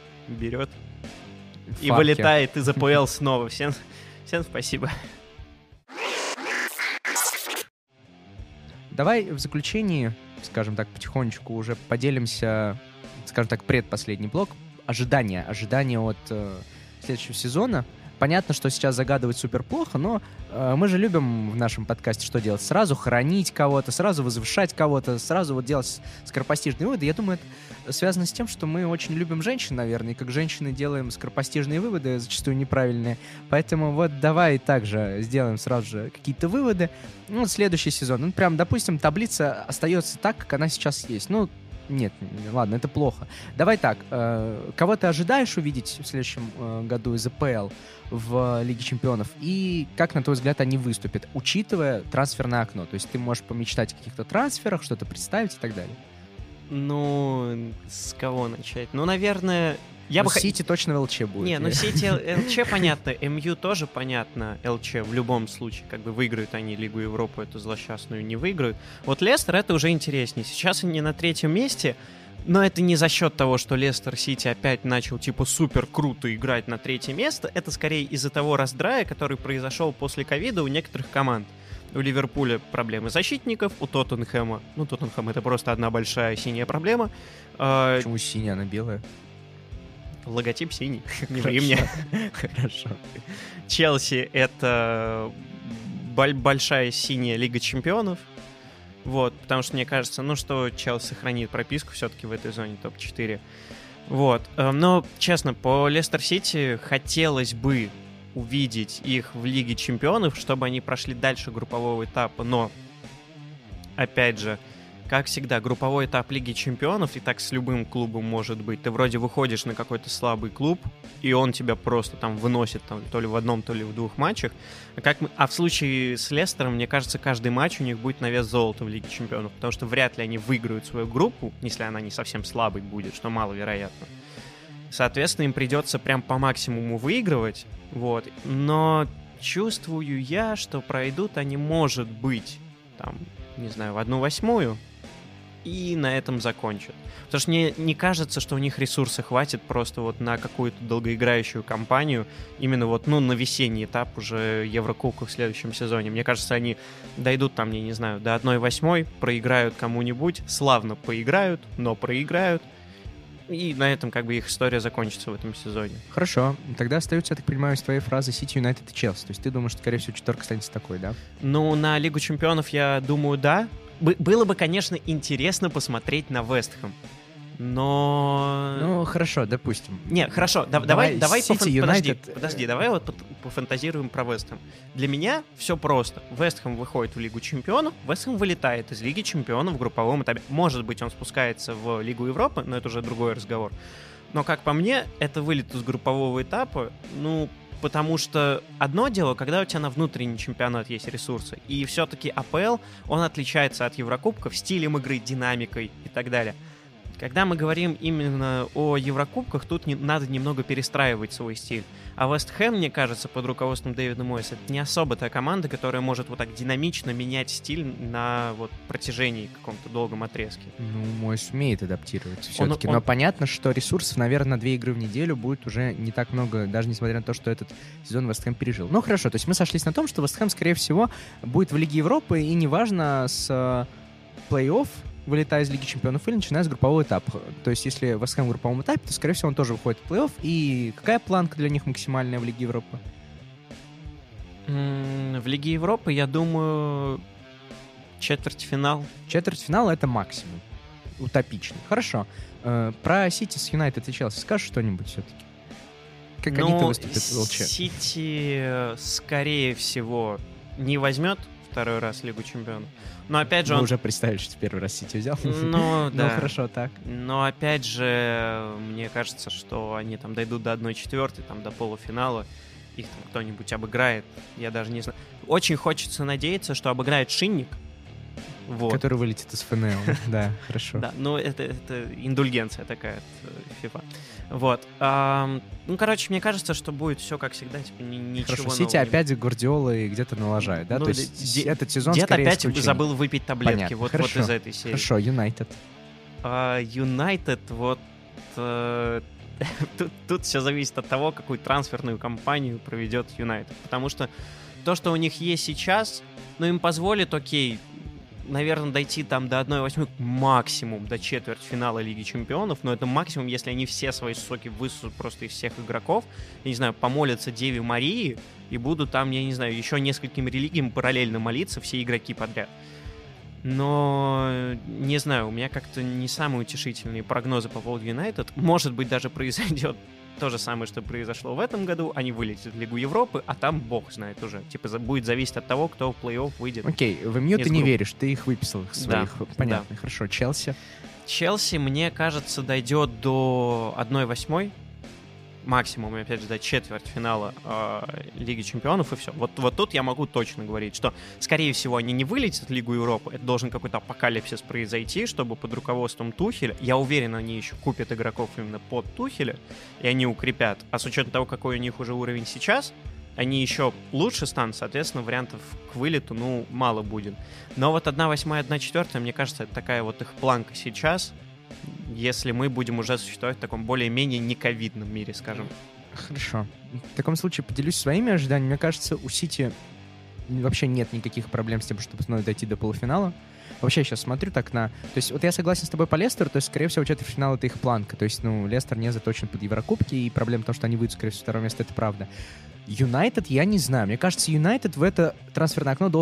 берет и Факки. вылетает из АПЛ снова. Всем, всем спасибо. Давай в заключении, скажем так, потихонечку уже поделимся, скажем так, предпоследний блок. Ожидания. Ожидания от э, следующего сезона. Понятно, что сейчас загадывать супер плохо, но э, мы же любим в нашем подкасте что делать? Сразу хоронить кого-то, сразу возвышать кого-то, сразу вот делать скоропостижные выводы. Я думаю, это связано с тем, что мы очень любим женщин, наверное, и как женщины делаем скоропостижные выводы, зачастую неправильные. Поэтому вот давай также сделаем сразу же какие-то выводы. Ну, следующий сезон. Ну, прям, допустим, таблица остается так, как она сейчас есть. Ну, нет, ладно, это плохо. Давай так, э, кого ты ожидаешь увидеть в следующем э, году из АПЛ в Лиге Чемпионов, и как, на твой взгляд, они выступят, учитывая трансферное окно? То есть ты можешь помечтать о каких-то трансферах, что-то представить и так далее. Ну, с кого начать? Ну, наверное... Я ну, бы х- Сити точно в ЛЧ будет. Не, ну Сити, ЛЧ понятно, МЮ тоже понятно, ЛЧ в любом случае, как бы выиграют они Лигу Европы, эту злосчастную, не выиграют. Вот Лестер, это уже интереснее. Сейчас они на третьем месте, но это не за счет того, что Лестер Сити опять начал, типа, супер круто играть на третье место, это скорее из-за того раздрая, который произошел после ковида у некоторых команд. У Ливерпуля проблемы защитников, у Тоттенхэма, ну, Тоттенхэм — это просто одна большая синяя проблема. Почему синяя, она белая? Логотип синий, не ври мне. Хорошо. Челси — это боль- большая синяя Лига Чемпионов. Вот, потому что мне кажется, ну, что Челси сохранит прописку все-таки в этой зоне топ четыре. Вот. Но, честно, по Лестер Сити хотелось бы увидеть их в Лиге Чемпионов, чтобы они прошли дальше группового этапа, но, опять же, как всегда, групповой этап Лиги Чемпионов, и так с любым клубом может быть. Ты вроде выходишь на какой-то слабый клуб, и он тебя просто там выносит там, то ли в одном, то ли в двух матчах. А, как мы... а в случае с Лестером, мне кажется, каждый матч у них будет на вес золота в Лиге Чемпионов, потому что вряд ли они выиграют свою группу, если она не совсем слабой будет, что маловероятно. Соответственно, им придется прям по максимуму выигрывать, вот. Но чувствую я, что пройдут они, может быть, там, не знаю, в одну восьмую, и на этом закончат. Потому что мне не кажется, что у них ресурса хватит просто вот на какую-то долгоиграющую кампанию, именно вот, ну, на весенний этап уже Еврокубка в следующем сезоне. Мне кажется, они дойдут там, я не знаю, до одной восьмой, проиграют кому-нибудь, славно поиграют, но проиграют, и на этом как бы их история закончится в этом сезоне. Хорошо. Тогда остается, я так понимаю, из твоей фразы Сити, Юнайтед и Челси. То есть ты думаешь, что, скорее всего, четверка останется такой, да? Ну, на Лигу Чемпионов, я думаю, да. Бы- было бы, конечно, интересно посмотреть на Вест Хэм. Но... Ну, хорошо, допустим. Не, хорошо, да, Давай, давай, давай City, пофан- United... подожди, подожди, давай вот по- пофантазируем про Вест Хэм. Для меня все просто. Вест Хэм выходит в Лигу Чемпионов, Вест Хэм вылетает из Лиги Чемпионов в групповом этапе. Может быть, он спускается в Лигу Европы, но это уже другой разговор. Но, как по мне, это вылет из группового этапа, ну, потому что одно дело, когда у тебя на внутренний чемпионат есть ресурсы, и все-таки АПЛ, он отличается от Еврокубков стилем игры, динамикой и так далее. Когда мы говорим именно о Еврокубках, тут не, надо немного перестраивать свой стиль. А Вест Хэм, мне кажется, под руководством Дэвида Мойса, это не особо та команда, которая может вот так динамично менять стиль на вот протяжении каком-то долгом отрезке. Ну, Мойс умеет адаптироваться все-таки. Он, он... Но понятно, что ресурсов, наверное, на две игры в неделю будет уже не так много, даже несмотря на то, что этот сезон Вест Хэм пережил. Ну, хорошо, то есть мы сошлись на том, что Вест Хэм, скорее всего, будет в Лиге Европы, и неважно с э, плей-офф, вылетая из Лиги Чемпионов или начиная с группового этапа. То есть, если Вест Хэм в групповом этапе, то, скорее всего, он тоже выходит в плей-офф. И какая планка для них максимальная в Лиге Европы? В Лиге Европы, я думаю, четвертьфинал. Четвертьфинал — это максимум. Утопичный. Хорошо. Э, про Сити с Юнайтед и Челси скажешь что-нибудь все-таки? Как Но они-то выступят в ЛЧ? Сити, скорее всего, не возьмет второй раз Лигу Чемпионов. Но опять же Вы он... уже представили, что первый раз Сити взял? Ну, да. Ну, хорошо, так. Но опять же, мне кажется, что они там дойдут до одной четвертой, там до полуфинала. Их там кто-нибудь обыграет. Я даже не знаю. Очень хочется надеяться, что обыграет Шинник. Вот. Который вылетит из ФНЛ. Да, хорошо. Да, ну это, это индульгенция такая от FIFA. Вот. А, ну, короче, мне кажется, что будет все как всегда, типа ни, ничего Хорошо, нового. Сити опять Гвардиолы где-то налажает, да? Ну, То есть де- этот сезон Дед скорее опять исключение. забыл выпить таблетки. Понятно. Вот, вот Хорошо. из этой серии. Хорошо, Юнайтед. Юнайтед, uh, вот... Uh, тут, тут все зависит от того, какую трансферную кампанию проведет Юнайтед. Потому что то, что у них есть сейчас, ну, им позволит, окей, наверное, дойти там до одной восьмой, максимум до четвертьфинала Лиги Чемпионов, но это максимум, если они все свои соки высосут просто из всех игроков, я не знаю, помолятся Деве Марии и будут там, я не знаю, еще нескольким религиям параллельно молиться все игроки подряд. Но, не знаю, у меня как-то не самые утешительные прогнозы по поводу Юнайтед. Может быть, даже произойдет то же самое, что произошло в этом году. Они вылетят в Лигу Европы, а там бог знает уже. Типа будет зависеть от того, кто в плей-офф выйдет. Окей, в МЮ ты не веришь, ты их выписал, их своих. Да, Понятно, да. Хорошо. Челси? Челси, мне кажется, дойдет до одной восьмой. Максимум, опять же, до четвертьфинала э, Лиги Чемпионов, и все. Вот, вот тут я могу точно говорить, что, скорее всего, они не вылетят в Лигу Европы. Это должен какой-то апокалипсис произойти, чтобы под руководством Тухеля, я уверен, они еще купят игроков именно под Тухеля, и они укрепят. А с учетом того, какой у них уже уровень сейчас, они еще лучше станут, соответственно, вариантов к вылету, ну, мало будет. Но вот одна восьмая, одна четвертая, мне кажется, это такая вот их планка сейчас, если мы будем уже существовать в таком более-менее нековидном мире, скажем. Хорошо. В таком случае поделюсь своими ожиданиями. Мне кажется, у Сити вообще нет никаких проблем с тем, чтобы снова дойти до полуфинала. Вообще, я сейчас смотрю так на... То есть, вот я согласен с тобой по Лестеру, то есть, скорее всего, четвертьфинал — это их планка. То есть, ну, Лестер не заточен под Еврокубки, и проблема в том, что они выйдут, скорее всего, второе место, это правда. Юнайтед, я не знаю. Мне кажется, Юнайтед в это трансферное окно должен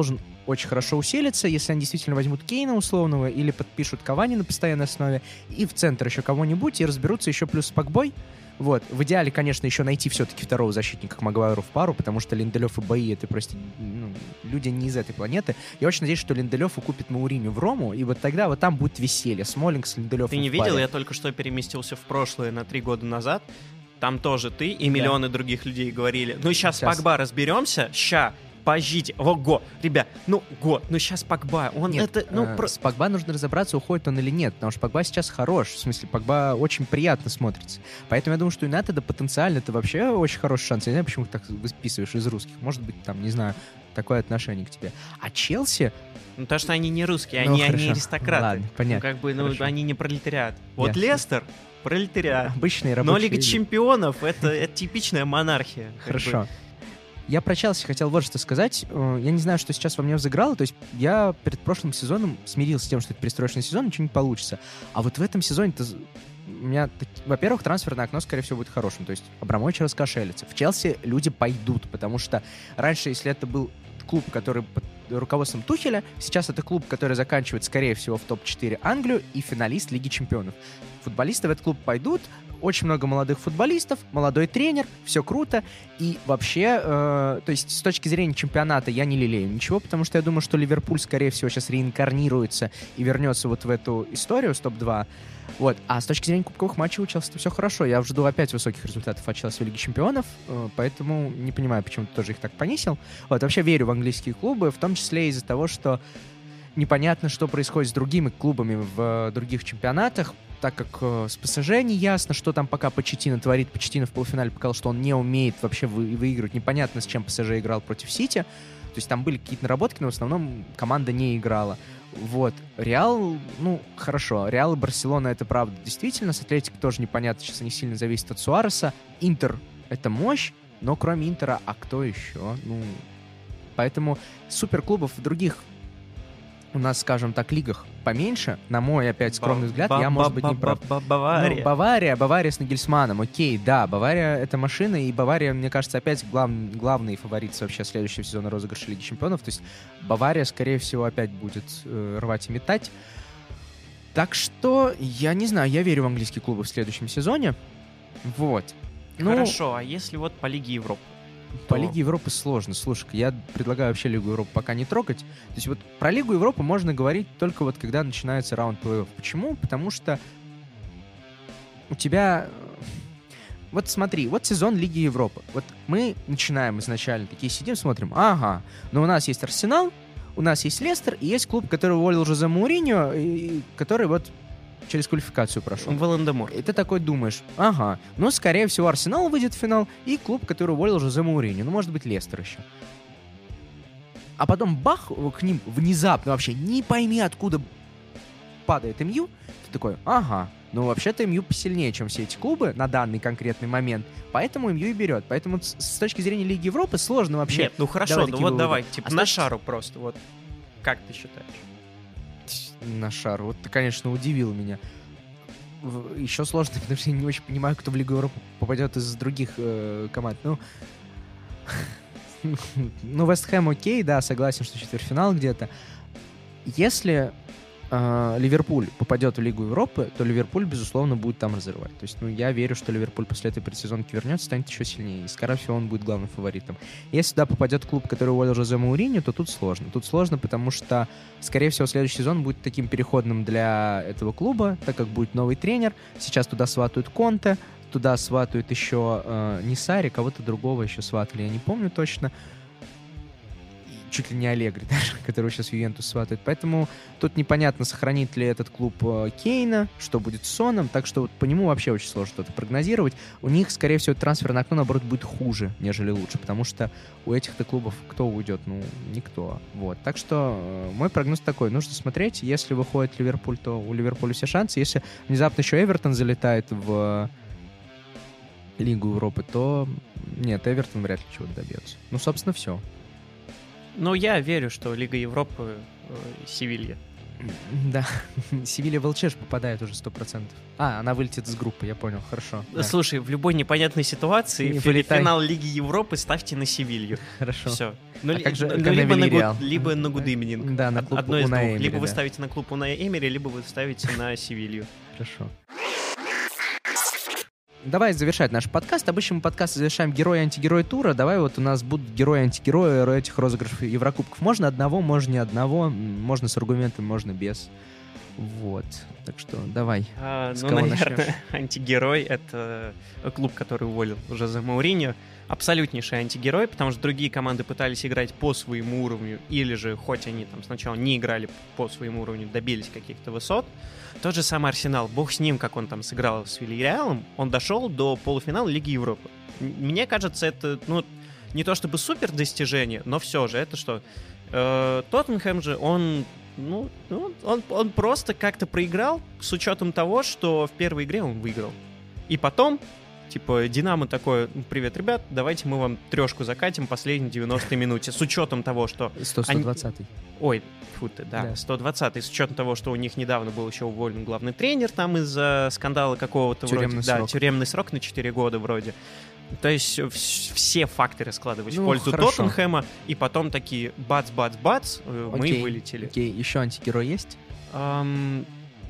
очень хорошо усилится, если они действительно возьмут Кейна условного или подпишут Кавани на постоянной основе, и в центр еще кого-нибудь, и разберутся еще плюс с Погбой. Вот. В идеале, конечно, еще найти все-таки второго защитника к Магуайру в пару, потому что Линделев и Баи — это просто ну, люди не из этой планеты. Я очень надеюсь, что Линделев укупит Мауриню в Рому, и вот тогда вот там будет веселье. Смолинг с Линделевым. Ты не видел? Я только что переместился в прошлое на три года назад. Там тоже ты и миллионы да. других людей говорили: ну сейчас, сейчас. Погба разберемся, ща, пождите. О, го, ребят, ну, го, ну сейчас Погба, он нет, это, ну... Э, про... С Погба нужно разобраться, уходит он или нет, потому что Погба сейчас хорош, в смысле, Погба очень приятно смотрится. Поэтому я думаю, что Юнайтеда потенциально это вообще очень хороший шанс. Я не знаю, почему ты так выписываешь из русских. Может быть, там, не знаю, такое отношение к тебе. А Челси... Ну, то, что они не русские, ну, они, хорошо. они аристократы. Ладно, понятно. Ну, как бы, ну, хорошо. они не пролетариат. Вот Ясно. Лестер — пролетариат. Обычные рабочие. Но Лига Чемпионов — это, это типичная монархия. Хорошо. Бы. Я про Челси хотел вот что сказать. Я не знаю, что сейчас во мне взыграло. То есть я перед прошлым сезоном смирился с тем, что это перестроечный сезон, ничего не получится. А вот в этом сезоне-то у меня, во-первых, трансферное окно, скорее всего, будет хорошим. То есть Абрамович раскошелится. В Челси люди пойдут, потому что раньше, если это был клуб, который под руководством Тухеля, сейчас это клуб, который заканчивает, скорее всего, в топ четыре Англию и финалист Лиги Чемпионов. Футболисты в этот клуб пойдут, очень много молодых футболистов, молодой тренер, все круто. И вообще, э, то есть с точки зрения чемпионата я не лелею ничего, потому что я думаю, что Ливерпуль, скорее всего, сейчас реинкарнируется и вернется вот в эту историю с топ два. Вот. А с точки зрения кубковых матчей у Челси все хорошо. Я жду опять высоких результатов от Челси в Лиге Чемпионов, э, поэтому не понимаю, почему ты тоже их так понизил. Вот. Вообще верю в английские клубы, в том числе из-за того, что непонятно, что происходит с другими клубами в других чемпионатах, так как э, с ПСЖ не ясно, что там пока Почеттино творит. Почеттино в полуфинале показал, что он не умеет вообще вы, выигрывать. Непонятно, с чем ПСЖ играл против Сити. То есть там были какие-то наработки, но в основном команда не играла. Вот. Реал, ну, хорошо. Реал и Барселона — это правда действительно. С Атлетико тоже непонятно. Сейчас они сильно зависят от Суареса. Интер — это мощь, но кроме Интера, а кто еще? Ну, поэтому суперклубов в других у нас, скажем так, лигах поменьше, на мой, опять, скромный взгляд, я, может быть, не прав. Бавария. Ну, Бавария, Бавария с Нагельсманом, окей, да, Бавария — это машина, и Бавария, мне кажется, опять глав, главный фаворит вообще следующего сезона розыгрыша Лиги Чемпионов, то есть Бавария, скорее всего, опять будет э, рвать и метать. Так что, я не знаю, я верю в английские клубы в следующем сезоне, вот. Хорошо, ну, а если вот по Лиге Европы? По Лиге Европы сложно. Слушай, я предлагаю вообще Лигу Европы пока не трогать. То есть вот про Лигу Европы можно говорить только вот когда начинается раунд плей-офф. Почему? Потому что у тебя... Вот смотри, вот сезон Лиги Европы. Вот мы начинаем изначально, такие сидим, смотрим, ага, но у нас есть Арсенал, у нас есть Лестер, и есть клуб, который уволил Жозе Мауриньо, и который вот через квалификацию прошел. Волан-де-Морт. И ты такой думаешь, ага, ну, скорее всего, Арсенал выйдет в финал, и клуб, который уволил Жозе Мауриньо. Ну, может быть, Лестер еще. А потом бах, к ним внезапно вообще, не пойми откуда падает МЮ. Ты такой, ага, ну, вообще-то МЮ посильнее, чем все эти клубы на данный конкретный момент. Поэтому МЮ и берет. Поэтому с, с точки зрения Лиги Европы сложно вообще. Нет, ну хорошо, ну вот выводы. Давай, типа а на шару просто, вот. Как ты считаешь? На шар. Вот ты, конечно, удивил меня. Еще сложно, потому что я не очень понимаю, кто в Лигу Европы попадет из других э, команд. Ну, ну, Вест Хэм окей, да, согласен, что четвертьфинал где-то. Если э, Ливерпуль попадет в Лигу Европы, то Ливерпуль, безусловно, будет там разрывать. То есть, ну, я верю, что Ливерпуль после этой предсезонки вернется, станет еще сильнее. И, скорее всего, он будет главным фаворитом. Если туда попадет клуб, который уволил Жозе Мауриньо, то тут сложно. Тут сложно, потому что, скорее всего, следующий сезон будет таким переходным для этого клуба, так как будет новый тренер. Сейчас туда сватают Конте, туда сватают еще э, не Сари, кого-то другого еще сватали, я не помню точно. Чуть ли не Аллегри даже, которого сейчас Ювентус сватает. Поэтому тут непонятно, сохранит ли этот клуб э, Кейна, что будет с Соном. Так что вот по нему вообще очень сложно что-то прогнозировать. У них, скорее всего, трансферное окно, наоборот, будет хуже, нежели лучше. Потому что у этих-то клубов кто уйдет? Ну, никто. Вот. Так что э, мой прогноз такой. Нужно смотреть. Если выходит Ливерпуль, то у Ливерпуля все шансы. Если внезапно еще Эвертон залетает в э, Лигу Европы, то нет, Эвертон вряд ли чего-то добьется. Ну, собственно, все. Ну, я верю, что Лига Европы, э, Севилья. Да, Севилья в ЛЧ попадает уже сто процентов. А, она вылетит из группы, я понял, хорошо. Да. Слушай, в любой непонятной ситуации Не фи- вылетай. финал Лиги Европы ставьте на Севилью. Хорошо. Все. Ну, А ли- как же- ну, как на либо, на Вильяреал? Гуд- либо на Гудимининг. Да, на Од- клуб Одно из Уная двух. Эмери, Либо вы да. ставите на клуб Уная Эмери, либо вы ставите на Севилью. Хорошо. Давай завершать наш подкаст. Обычно мы подкаст завершаем герои и антигерои тура. Давай вот у нас будут герои и антигерои этих розыгрышей Еврокубков. Можно одного, можно не одного. М, Можно с аргументами, можно без. Вот. Так что давай. А, С ну, кого наверное, начнешь? антигерой — это клуб, который уволил Жозе Мауриньо. Абсолютнейший антигерой, потому что другие команды пытались играть по своему уровню, или же, хоть они там сначала не играли по своему уровню, добились каких-то высот. Тот же самый Арсенал, бог с ним, как он там сыграл с Вильяреалом, он дошел до полуфинала Лиги Европы. М- Мне кажется, это, ну, не то чтобы супер достижение, но все же, это что? Э, Тоттенхэм же, он, ну, ну, он, он просто как-то проиграл с учетом того, что в первой игре он выиграл. И потом, типа, Динамо такое: «Ну, привет, ребят, давайте мы вам трешку закатим в последней девяностой минуте. С учетом того, что... сто сто двадцатый. Ой, фу ты, да, Да. сто двадцатый. С учетом того, что у них недавно был еще уволен главный тренер там из-за скандала какого-то вроде. Тюремный Да, срок. тюремный срок на четыре года вроде. То есть вс- все факторы складывались Ну, в пользу хорошо. Тоттенхэма, и потом такие бац-бац-бац, э, мы Окей. вылетели. Окей, еще антигерой есть? Ам,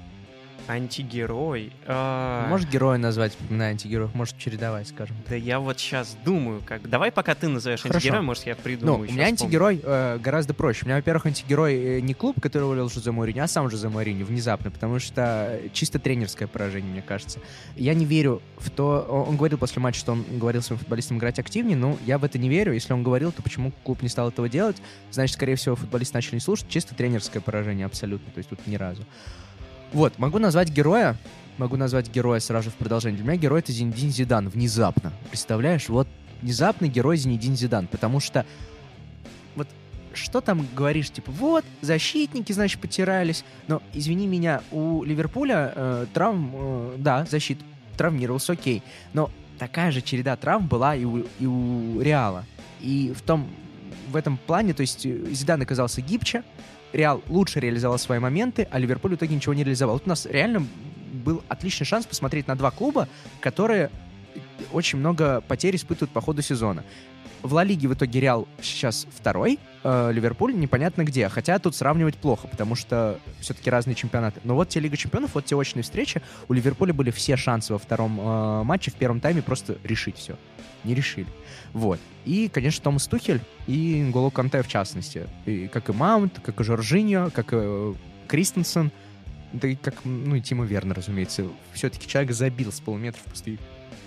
Антигерой. а, Можешь героя назвать, вспоминая антигероев? Может, чередовать, скажем. Да я вот сейчас думаю, как. Давай, пока ты назовешь Хорошо. антигероя, может, я Ну, придумаю. у щас меня вспомню. антигерой э, гораздо проще. У меня, во-первых, антигерой э, не клуб, который уволил Жозе Мауриньо, а сам Жозе Мауриньо внезапно, потому что чисто тренерское поражение, мне кажется. Я не верю в то... Он он говорил после матча, что он говорил своим футболистам играть активнее, но я в это не верю. Если он говорил, то почему клуб не стал этого делать? Значит, скорее всего, футболисты начали не слушать. Чисто тренерское поражение абсолютно, то есть тут ни разу. Вот, могу назвать героя. Могу назвать героя сразу же в продолжение. Для меня герой — это Зинедин Зидан. Внезапно. Представляешь? Вот внезапный герой Зинедин Зидан. Потому что вот что там говоришь, типа, вот, защитники, значит, потирались. Но, извини меня, у Ливерпуля э, травм, э, да, защит травмировался, окей. Но такая же череда травм была и у, и у Реала. И в том, в этом плане, то есть э, Зидан оказался гибче, Реал лучше реализовал свои моменты, а Ливерпуль в итоге ничего не реализовал. Вот у нас реально был отличный шанс посмотреть на два клуба, которые очень много потерь испытывают по ходу сезона. В Ла Лиге в итоге Реал сейчас второй, э, Ливерпуль непонятно где. Хотя тут сравнивать плохо, потому что все-таки разные чемпионаты. Но вот те Лига Чемпионов, вот те очные встречи, у Ливерпуля были все шансы во втором э, матче, в первом тайме просто решить все. Не решили. Вот. И, конечно, Томас Тухель и N'Голо Канте в частности. И, как и Маунт, как и Жоржиньо, как и э, Кристенсен, да и как, ну, и Тимо Вернер, разумеется. Все-таки человек забил с полуметра в пустые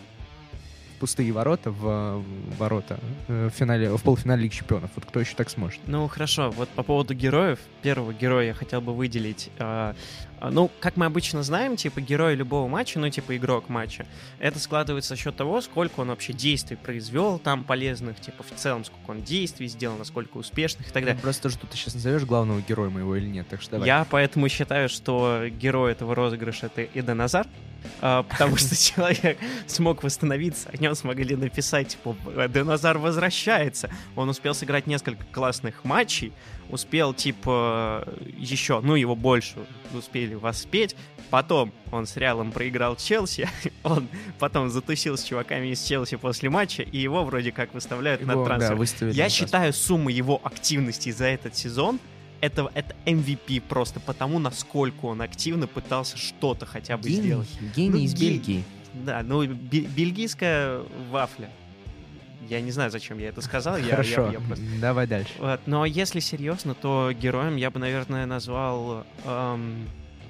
пустые ворота в, в ворота э, в, финале, в полуфинале Лиги Чемпионов. Вот кто еще так сможет? Ну, хорошо, вот по поводу героев. Первого героя я хотел бы выделить. э, э, ну, как мы обычно знаем, типа, герой любого матча, ну, типа, игрок матча, это складывается за счет того, сколько он вообще действий произвел там полезных, типа, в целом, сколько он действий сделал, насколько успешных и так далее. Просто что ты сейчас назовешь главного героя моего или нет, так что давай. Я поэтому считаю, что герой этого розыгрыша — это Эден Азар, а, потому что человек смог восстановиться, о нем смогли написать, типа, Эден Азар возвращается. Он успел сыграть несколько классных матчей, успел, типа, еще, ну, его больше успели воспеть. Потом он с Реалом проиграл Челси, он потом затусил с чуваками из Челси после матча, и его вроде как выставляют на Его, да, трансфер. выставили Я на считаю, сумма его активности за этот сезон это, это эм ви пи просто потому, насколько он активно пытался что-то хотя бы Гений, сделать. гений Ну, из гений. Бельгии. Да, ну, бе- бельгийская вафля. Я не знаю, зачем я это сказал. я- Хорошо, я- я просто- давай дальше. Вот, но если серьезно, то героем я бы, наверное, назвал... эм,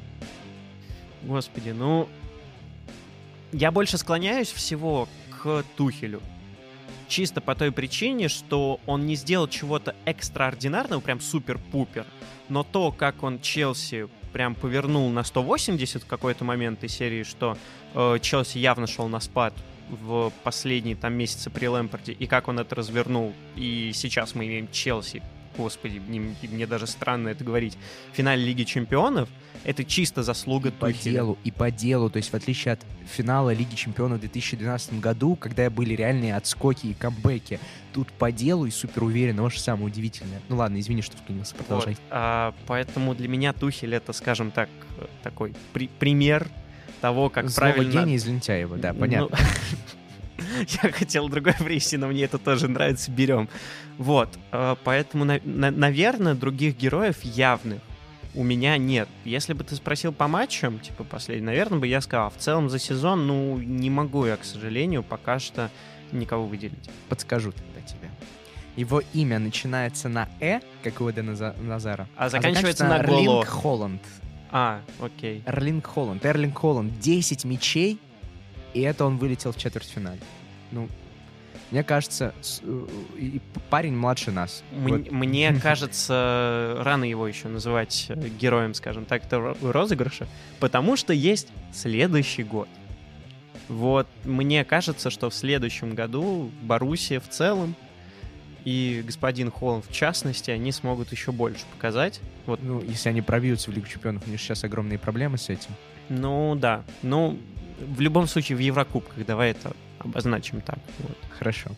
Господи, ну... Я больше склоняюсь всего к Тухелю. Чисто по той причине, что он не сделал чего-то экстраординарного, прям супер-пупер, но то, как он Челси прям повернул на сто восемьдесят в какой-то момент из серии, что э, Челси явно шел на спад в последние там месяцы при Лэмпарде, и как он это развернул, и сейчас мы имеем Челси господи, мне, мне даже странно это говорить, в финале Лиги Чемпионов, это чисто заслуга Тухеля. По делу, и по делу, то есть в отличие от финала Лиги Чемпионов в две тысячи двенадцатом году, когда были реальные отскоки и камбэки, тут по делу и супер уверенно, вот что самое удивительное. Ну ладно, извини, что вклинился, продолжай. Вот, а, поэтому для меня Тухель это, скажем так, такой при- пример того, как Злого правильно... гения из Лентяева, да, понятно. Ну, я хотел другое привести, но мне это тоже нравится, берем. Вот, поэтому, наверное, других героев явных у меня нет. Если бы ты спросил по матчам, типа последний, наверное, бы я сказал, в целом за сезон, ну, не могу я, к сожалению, пока что никого выделить. Подскажу тогда тебе. Его имя начинается на «э», как у Эдена Назара, а заканчивается, а заканчивается на «Голо». Эрлинг Холланд. А, окей. Эрлинг Холланд. Эрлинг Холланд. десять мячей, и это он вылетел в четвертьфинале. Ну, мне кажется, парень младше нас. М- вот. Мне кажется, рано его еще называть героем, скажем так, розыгрыша, потому что есть следующий год. Вот, мне кажется, что в следующем году Боруссия в целом и господин Холланд в частности, они смогут еще больше показать. Вот. Ну, если они пробьются в Лигу Чемпионов, у них сейчас огромные проблемы с этим. Ну, да. Ну, в любом случае, в Еврокубках давай это обозначим так. Вот. Хорошо.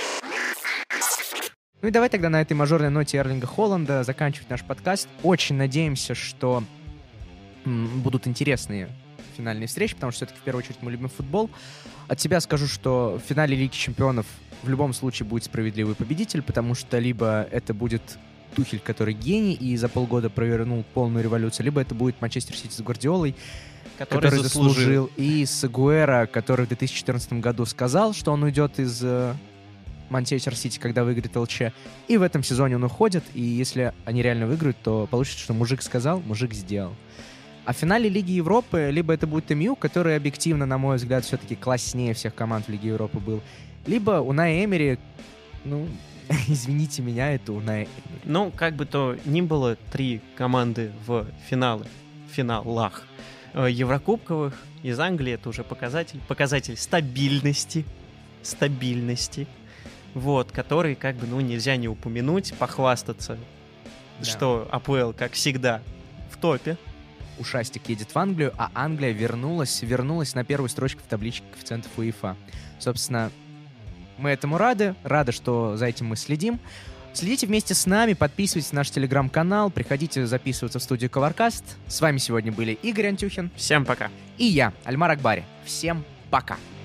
Ну и давай тогда на этой мажорной ноте Эрлинга Холланда заканчивать наш подкаст. Очень надеемся, что м, будут интересные финальные встречи, потому что все-таки в первую очередь мы любим футбол. От себя скажу, что в финале Лиги Чемпионов в любом случае будет справедливый победитель, потому что либо это будет Тухель, который гений и за полгода провернул полную революцию, либо это будет Манчестер Сити с Гвардиолой, который, который заслужил. заслужил, и с Агуэро, который в две тысячи четырнадцатом году сказал, что он уйдет из э, Манчестер Сити, когда выиграет ЛЧ, и в этом сезоне он уходит, и если они реально выиграют, то получится, что мужик сказал, мужик сделал. А в финале Лиги Европы либо это будет ЭМЮ, который объективно, на мой взгляд, все-таки класснее всех команд в Лиге Европы был, либо Унай Эмери, ну, извините меня, это Унай Эмери. Ну, как бы то ни было, три команды в финалы, финалах еврокубковых из Англии, это уже показатель, показатель стабильности, стабильности, вот, который, как бы, ну, нельзя не упомянуть, похвастаться, да. Что АПЛ, как всегда, в топе. Ушастик едет в Англию, а Англия вернулась, вернулась на первую строчку в табличке коэффициентов УЕФА. Собственно, мы этому рады, рады, что за этим мы следим. Следите вместе с нами, подписывайтесь на наш телеграм-канал, приходите записываться в студию Covercast. С вами сегодня были Игорь Антюхин. Всем пока. И я, Альмар Акбари. Всем пока.